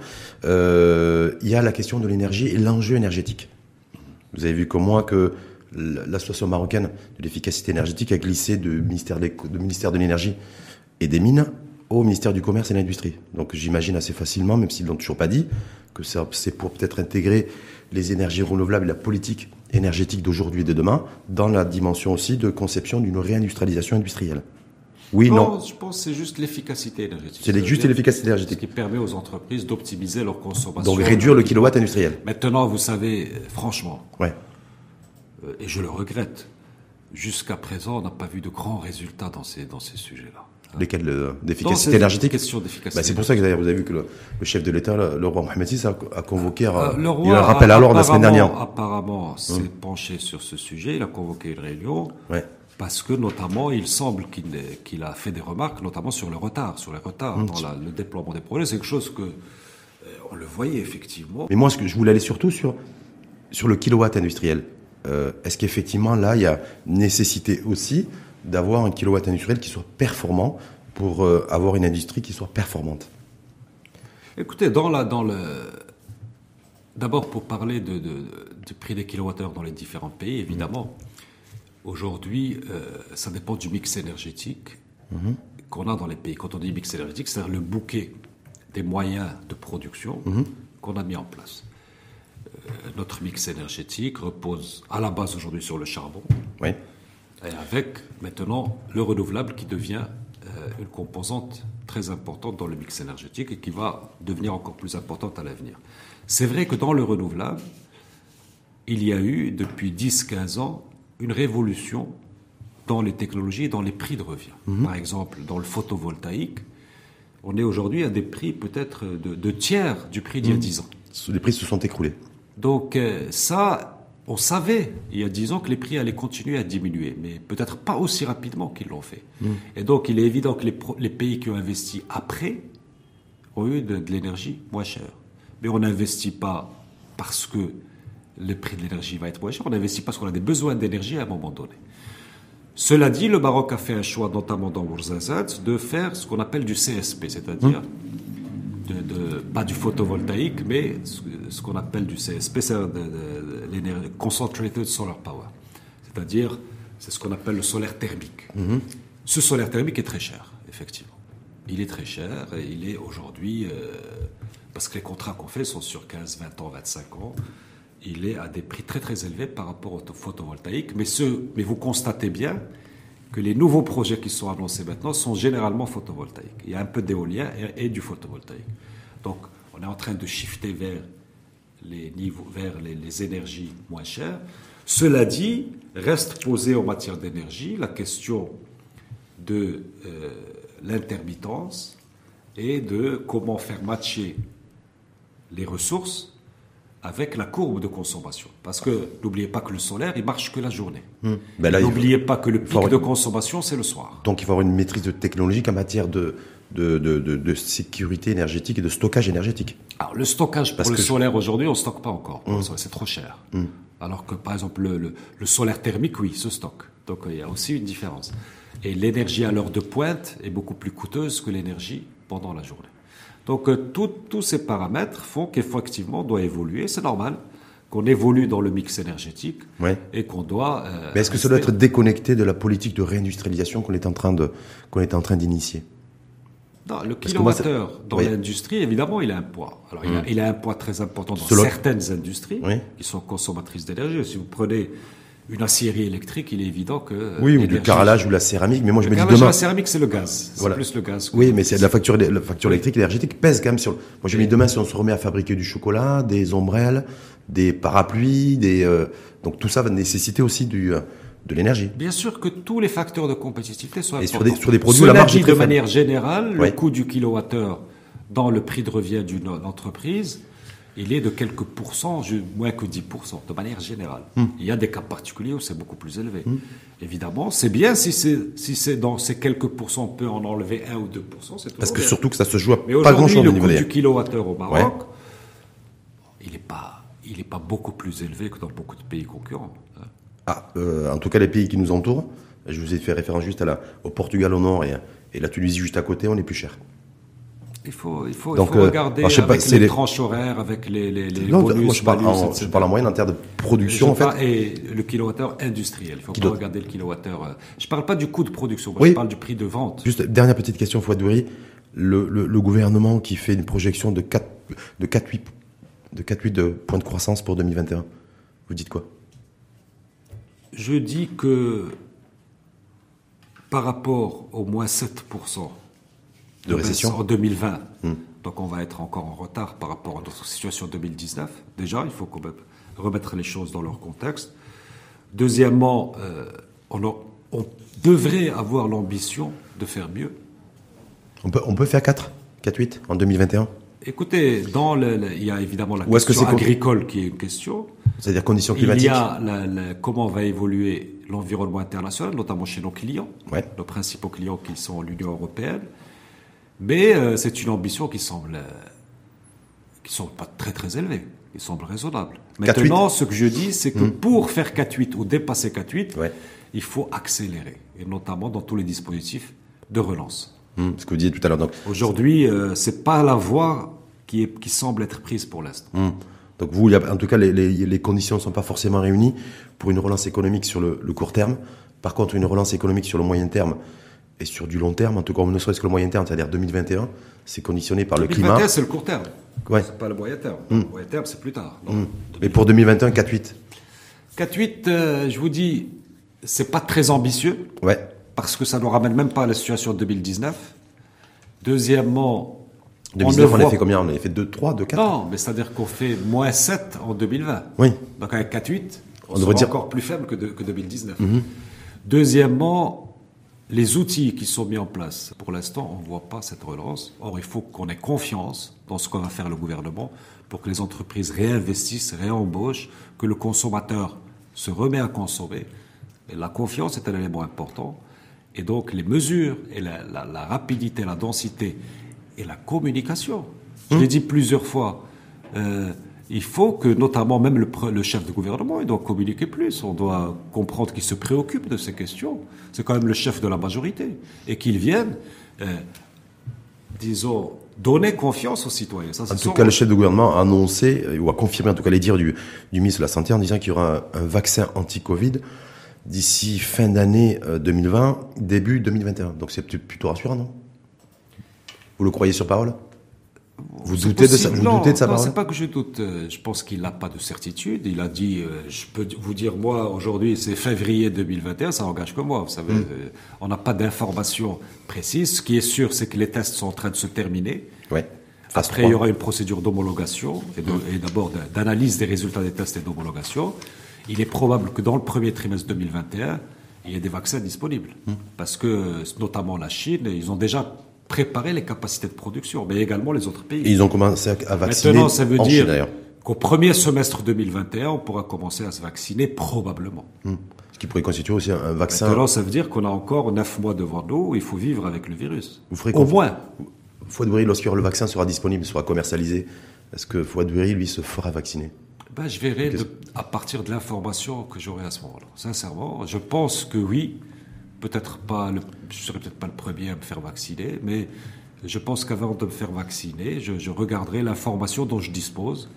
euh, il y a la question de l'énergie et l'enjeu énergétique. Vous avez vu comme moi que l'association marocaine de l'efficacité énergétique a glissé du ministère de, de ministère de l'énergie et des mines au ministère du commerce et de l'industrie. Donc j'imagine assez facilement, même s'ils ne l'ont toujours pas dit, que ça, c'est pour peut-être intégrer les énergies renouvelables et la politique énergétique d'aujourd'hui et de demain dans la dimension aussi de conception d'une réindustrialisation industrielle. Oui, non, non. Je pense que c'est juste l'efficacité énergétique. C'est juste l'efficacité énergétique. Ce qui permet aux entreprises d'optimiser leur consommation. Donc réduire le kilowatt industriel. Maintenant, vous savez, franchement, ouais. euh, et je le regrette, jusqu'à présent, on n'a pas vu de grands résultats dans ces, dans ces sujets-là. Lesquels le, d'efficacité énergétique? Question d'efficacité. Bah, c'est pour ça que d'ailleurs vous avez vu que le, le chef de l'État, le, le roi Mohamed six, a, a convoqué, euh, le roi il a un rappel à l'ordre la semaine dernière. Apparemment, s'est hum. penché sur ce sujet, il a convoqué une réunion. Ouais. Parce que notamment, il semble qu'il, qu'il a fait des remarques, notamment sur le retard, sur les retards mmh. dans la, le déploiement des projets. C'est quelque chose que euh, on le voyait effectivement. Mais moi, ce que je voulais aller surtout sur sur le kilowatt industriel. Euh, est-ce qu'effectivement là, il y a nécessité aussi d'avoir un kilowatt industriel qui soit performant pour euh, avoir une industrie qui soit performante? Écoutez, dans la dans le d'abord pour parler de, de, du prix des kilowattheures dans les différents pays, évidemment. Mmh. Aujourd'hui, euh, ça dépend du mix énergétique mmh. qu'on a dans les pays. Quand on dit mix énergétique, c'est-à-dire le bouquet des moyens de production mmh. qu'on a mis en place. Euh, notre mix énergétique repose à la base aujourd'hui sur le charbon, oui. et avec maintenant le renouvelable qui devient euh, une composante très importante dans le mix énergétique et qui va devenir encore plus importante à l'avenir. C'est vrai que dans le renouvelable, il y a eu depuis dix à quinze ans une révolution dans les technologies et dans les prix de revient. Mmh. Par exemple, dans le photovoltaïque, on est aujourd'hui à des prix peut-être de, de tiers du prix d'il y a dix ans. Les prix se sont écroulés. Donc ça, on savait il y a dix ans que les prix allaient continuer à diminuer, mais peut-être pas aussi rapidement qu'ils l'ont fait. Mmh. Et donc il est évident que les, pro, les pays qui ont investi après ont eu de, de l'énergie moins chère. Mais on n'investit pas parce que le prix de l'énergie va être moins cher, on investit parce qu'on a des besoins d'énergie à un moment donné. Cela dit, le Maroc a fait un choix, notamment dans Ouarzazate, de faire ce qu'on appelle du C S P, c'est-à-dire de, de, pas du photovoltaïque, mais ce, ce qu'on appelle du C S P, c'est de, de, de l'énergie Concentrated Solar Power. C'est-à-dire, c'est ce qu'on appelle le solaire thermique. Mm-hmm. Ce solaire thermique est très cher, effectivement. Il est très cher et il est aujourd'hui, euh, parce que les contrats qu'on fait sont sur quinze, vingt ans, vingt-cinq ans, il est à des prix très très élevés par rapport au photovoltaïque. Mais, ce, mais vous constatez bien que les nouveaux projets qui sont annoncés maintenant sont généralement photovoltaïques. Il y a un peu d'éolien et, et du photovoltaïque. Donc on est en train de shifter vers les, niveaux, vers les, les énergies moins chères. Cela dit, reste posée en matière d'énergie la question de euh, l'intermittence et de comment faire matcher les ressources avec la courbe de consommation. Parce que n'oubliez pas que le solaire, il marche que la journée. Mmh. Ben là, n'oubliez faut... pas que le pic faut... de consommation, c'est le soir. Donc il faut avoir une maîtrise de technologique en matière de, de, de, de, de sécurité énergétique et de stockage énergétique. Alors le stockage pour Parce le que... solaire aujourd'hui, on ne stocke pas encore. Mmh. C'est trop cher. Mmh. Alors que par exemple le, le, le solaire thermique, oui, se stocke. Donc il y a aussi une différence. Et l'énergie à l'heure de pointe est beaucoup plus coûteuse que l'énergie pendant la journée. Donc, tous ces paramètres font qu'effectivement, on doit évoluer. C'est normal qu'on évolue dans le mix énergétique ouais. et qu'on doit... Euh, Mais est-ce que rester... ça doit être déconnecté de la politique de réindustrialisation qu'on est en train de, qu'on est en train d'initier? Non, le kilowattheure ça... dans oui. l'industrie, évidemment, il a un poids. Alors, mmh. il, a, il a un poids très important dans Selon... certaines industries oui. qui sont consommatrices d'énergie. Si vous prenez une aciérie électrique, il est évident que... Oui, ou du carrelage ou la céramique, mais moi je le me dis demain... la céramique, c'est le gaz. C'est voilà. plus le gaz. Oui, mais c'est la facture, la facture électrique et énergétique pèse quand même sur... Moi je me dis demain, si on se remet à fabriquer du chocolat, des ombrelles, des parapluies, des... Euh... Donc tout ça va nécessiter aussi du... Euh... de l'énergie. Bien sûr que tous les facteurs de compétitivité sont et importants. sur des, sur des produits où la marge est très de manière générale, ouais. le coût du kilowattheure dans le prix de revient d'une entreprise, il est de quelques pourcents, moins que dix pour cent, de manière générale. Mm. Il y a des cas particuliers où c'est beaucoup plus élevé. Mm. Évidemment, c'est bien si c'est, si c'est dans ces quelques pourcents, on peut en enlever un ou deux pour cent. C'est Parce que bien. Surtout que ça se joue à Mais pas grand-chose le au niveau coût des... du kilowattheure au Maroc, ouais. il n'est pas, il est pas beaucoup plus élevé que dans beaucoup de pays concurrents. Ah, euh, en tout cas, les pays qui nous entourent, je vous ai fait référence juste à la, au Portugal au nord et, et la Tunisie juste à côté, on est plus cher. Il faut, il faut, Donc, il faut regarder euh, alors, avec pas, les, les tranches horaires, avec les, les, les non, bonus, moi, je parle, malus, en, je parle en moyenne en termes de production, en fait. Pas, et le kilowattheure industriel. Il ne faut qui pas doit... regarder le kilowattheure. Je ne parle pas du coût de production, moi, oui. je parle du prix de vente. Juste, dernière petite question, Fouad Doueiri. Le, le, le gouvernement qui fait une projection de quatre virgule huit de points de croissance pour deux mille vingt et un, vous dites quoi? Je dis que par rapport au moins sept pour cent de, de récession en deux mille vingt, hum. donc on va être encore en retard par rapport à notre situation deux mille dix-neuf. Déjà, il faut quand même remettre les choses dans leur contexte. Deuxièmement, euh, on, a, on devrait avoir l'ambition de faire mieux. On peut, on peut faire quatre, quatre virgule huit en deux mille vingt et un? Écoutez, dans le, le, il y a évidemment la question que agricole qui est une question. C'est-à-dire conditions climatiques. Il y a la, la, comment va évoluer l'environnement international, notamment chez nos clients, ouais. nos principaux clients qui sont l'Union européenne. Mais euh, c'est une ambition qui semble, euh, qui semble pas très très élevée, qui semble raisonnable. Maintenant, ce que je dis, c'est que mmh. pour faire quatre virgule huit ou dépasser quatre virgule huit, ouais. il faut accélérer, et notamment dans tous les dispositifs de relance. Mmh, ce que vous disiez tout à l'heure. Donc, aujourd'hui, euh, c'est pas la voie qui, est, qui semble être prise pour l'instant. Mmh. Donc vous, il y a, en tout cas, les, les, les conditions ne sont pas forcément réunies pour une relance économique sur le, le court terme. Par contre, une relance économique sur le moyen terme et sur du long terme, en tout cas, ne serait-ce que le moyen terme, c'est-à-dire deux mille vingt et un, c'est conditionné par le climat. deux mille vingt et un, c'est le court terme. Ouais. C'est pas le moyen terme. Mmh. Le moyen terme, c'est plus tard. Mmh. Mais pour deux mille vingt et un, quatre virgule huit quatre virgule huit, euh, je vous dis, c'est pas très ambitieux. Ouais. Parce que ça ne nous ramène même pas à la situation de deux mille dix-neuf. Deuxièmement, deux mille dix-neuf, on, on a fait combien? On a fait deux, trois, deux, quatre? Non, mais c'est-à-dire qu'on fait moins sept en deux mille vingt. Oui. Donc avec quatre virgule huit, on, on sera dire... encore plus faible que, de, que deux mille dix-neuf. Mm-hmm. Deuxièmement, les outils qui sont mis en place, pour l'instant, on ne voit pas cette relance. Or, il faut qu'on ait confiance dans ce qu'on va faire le gouvernement pour que les entreprises réinvestissent, réembauchent, que le consommateur se remet à consommer. Et la confiance est un élément important. Et donc, les mesures et la, la, la rapidité, la densité et la communication. Je mmh. l'ai dit plusieurs fois. Euh, il faut que, notamment, même le, le chef de gouvernement, il doit communiquer plus. On doit comprendre qu'il se préoccupe de ces questions. C'est quand même le chef de la majorité. Et qu'il vienne, euh, disons, donner confiance aux citoyens. Ça, en tout cas, le chef de gouvernement a annoncé, ou a confirmé, en tout cas, les dires du, du ministre de la Santé en disant qu'il y aura un, un vaccin anti-Covid d'ici fin d'année deux mille vingt, début deux mille vingt et un. Donc c'est plutôt rassurant, non? Vous le croyez sur parole? Vous doutez de, sa, vous non, doutez de sa non, parole? C'est pas que je doute. Je pense qu'il n'a pas de certitude. Il a dit, euh, je peux vous dire, moi, aujourd'hui, c'est février deux mille vingt et un, ça n'engage que moi. Vous savez, mmh. euh, on n'a pas d'informations précises. Ce qui est sûr, c'est que les tests sont en train de se terminer. Ouais. Après, il y aura une procédure d'homologation et, de, mmh. et d'abord d'analyse des résultats des tests et d'homologation. Il est probable que dans le premier trimestre deux mille vingt et un, il y ait des vaccins disponibles. Mmh. Parce que, notamment la Chine, ils ont déjà préparé les capacités de production, mais également les autres pays. Et ils ont commencé à vacciner. Maintenant, ça veut en dire Chine, qu'au premier semestre deux mille vingt et un, on pourra commencer à se vacciner, probablement. Mmh. Ce qui pourrait constituer aussi un vaccin. Maintenant, ça veut dire qu'on a encore neuf mois devant nous, il faut vivre avec le virus. Vous ferez au moins. Fouad Doueiri, lorsque le vaccin sera disponible, sera commercialisé, est-ce que Fouad Doueiri, lui, se fera vacciner? Ben, je verrai de, à partir de l'information que j'aurai à ce moment-là. Sincèrement, je pense que oui. Peut-être pas, le, je serai peut-être pas le premier à me faire vacciner, mais je pense qu'avant de me faire vacciner, je, je regarderai l'information dont je dispose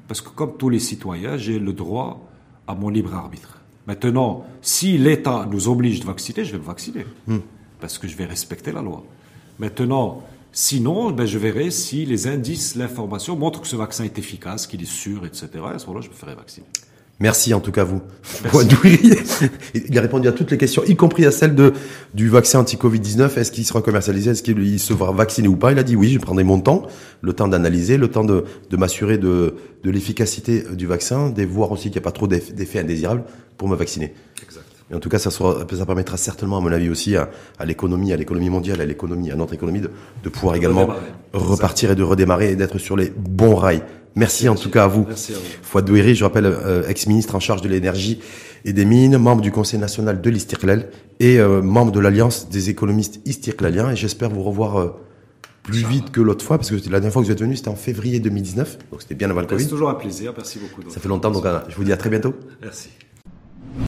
parce que comme tous les citoyens, j'ai le droit à mon libre arbitre. Maintenant, si l'État nous oblige de vacciner, je vais me vacciner, mm. parce que je vais respecter la loi. Maintenant, sinon, ben, je verrai si les indices, l'information montrent que ce vaccin est efficace, qu'il est sûr, et cetera. Et à ce moment-là, je me ferai vacciner. Merci en tout cas vous. Il a répondu à toutes les questions, y compris à celle de du vaccin anti-Covid dix-neuf. Est-ce qu'il sera commercialisé? Est-ce qu'il sera vacciné ou pas? Il a dit oui, je prendrai mon temps, le temps d'analyser, le temps de, de m'assurer de, de l'efficacité du vaccin, de voir aussi qu'il n'y a pas trop d'effets indésirables pour me vacciner. Exact. Et en tout cas, ça, sera, ça permettra certainement, à mon avis, aussi à, à l'économie, à l'économie mondiale, à l'économie, à notre économie, de, de pouvoir également redémarrer. repartir et de redémarrer et d'être sur les bons rails. Merci, Merci en tout cas à vous. Merci à vous. Fouad Doueiri, je rappelle, euh, ex-ministre en charge de l'énergie et des mines, membre du Conseil national de l'Istiqlal et euh, membre de l'Alliance des économistes istiqlaliens. Et j'espère vous revoir euh, plus Inch'Allah. vite que l'autre fois, parce que la dernière fois que vous êtes venu, c'était en février deux mille dix-neuf, donc c'était bien avant le Covid. C'est toujours un plaisir. Merci beaucoup. Ça fait longtemps, donc euh, je vous dis à très bientôt. Merci.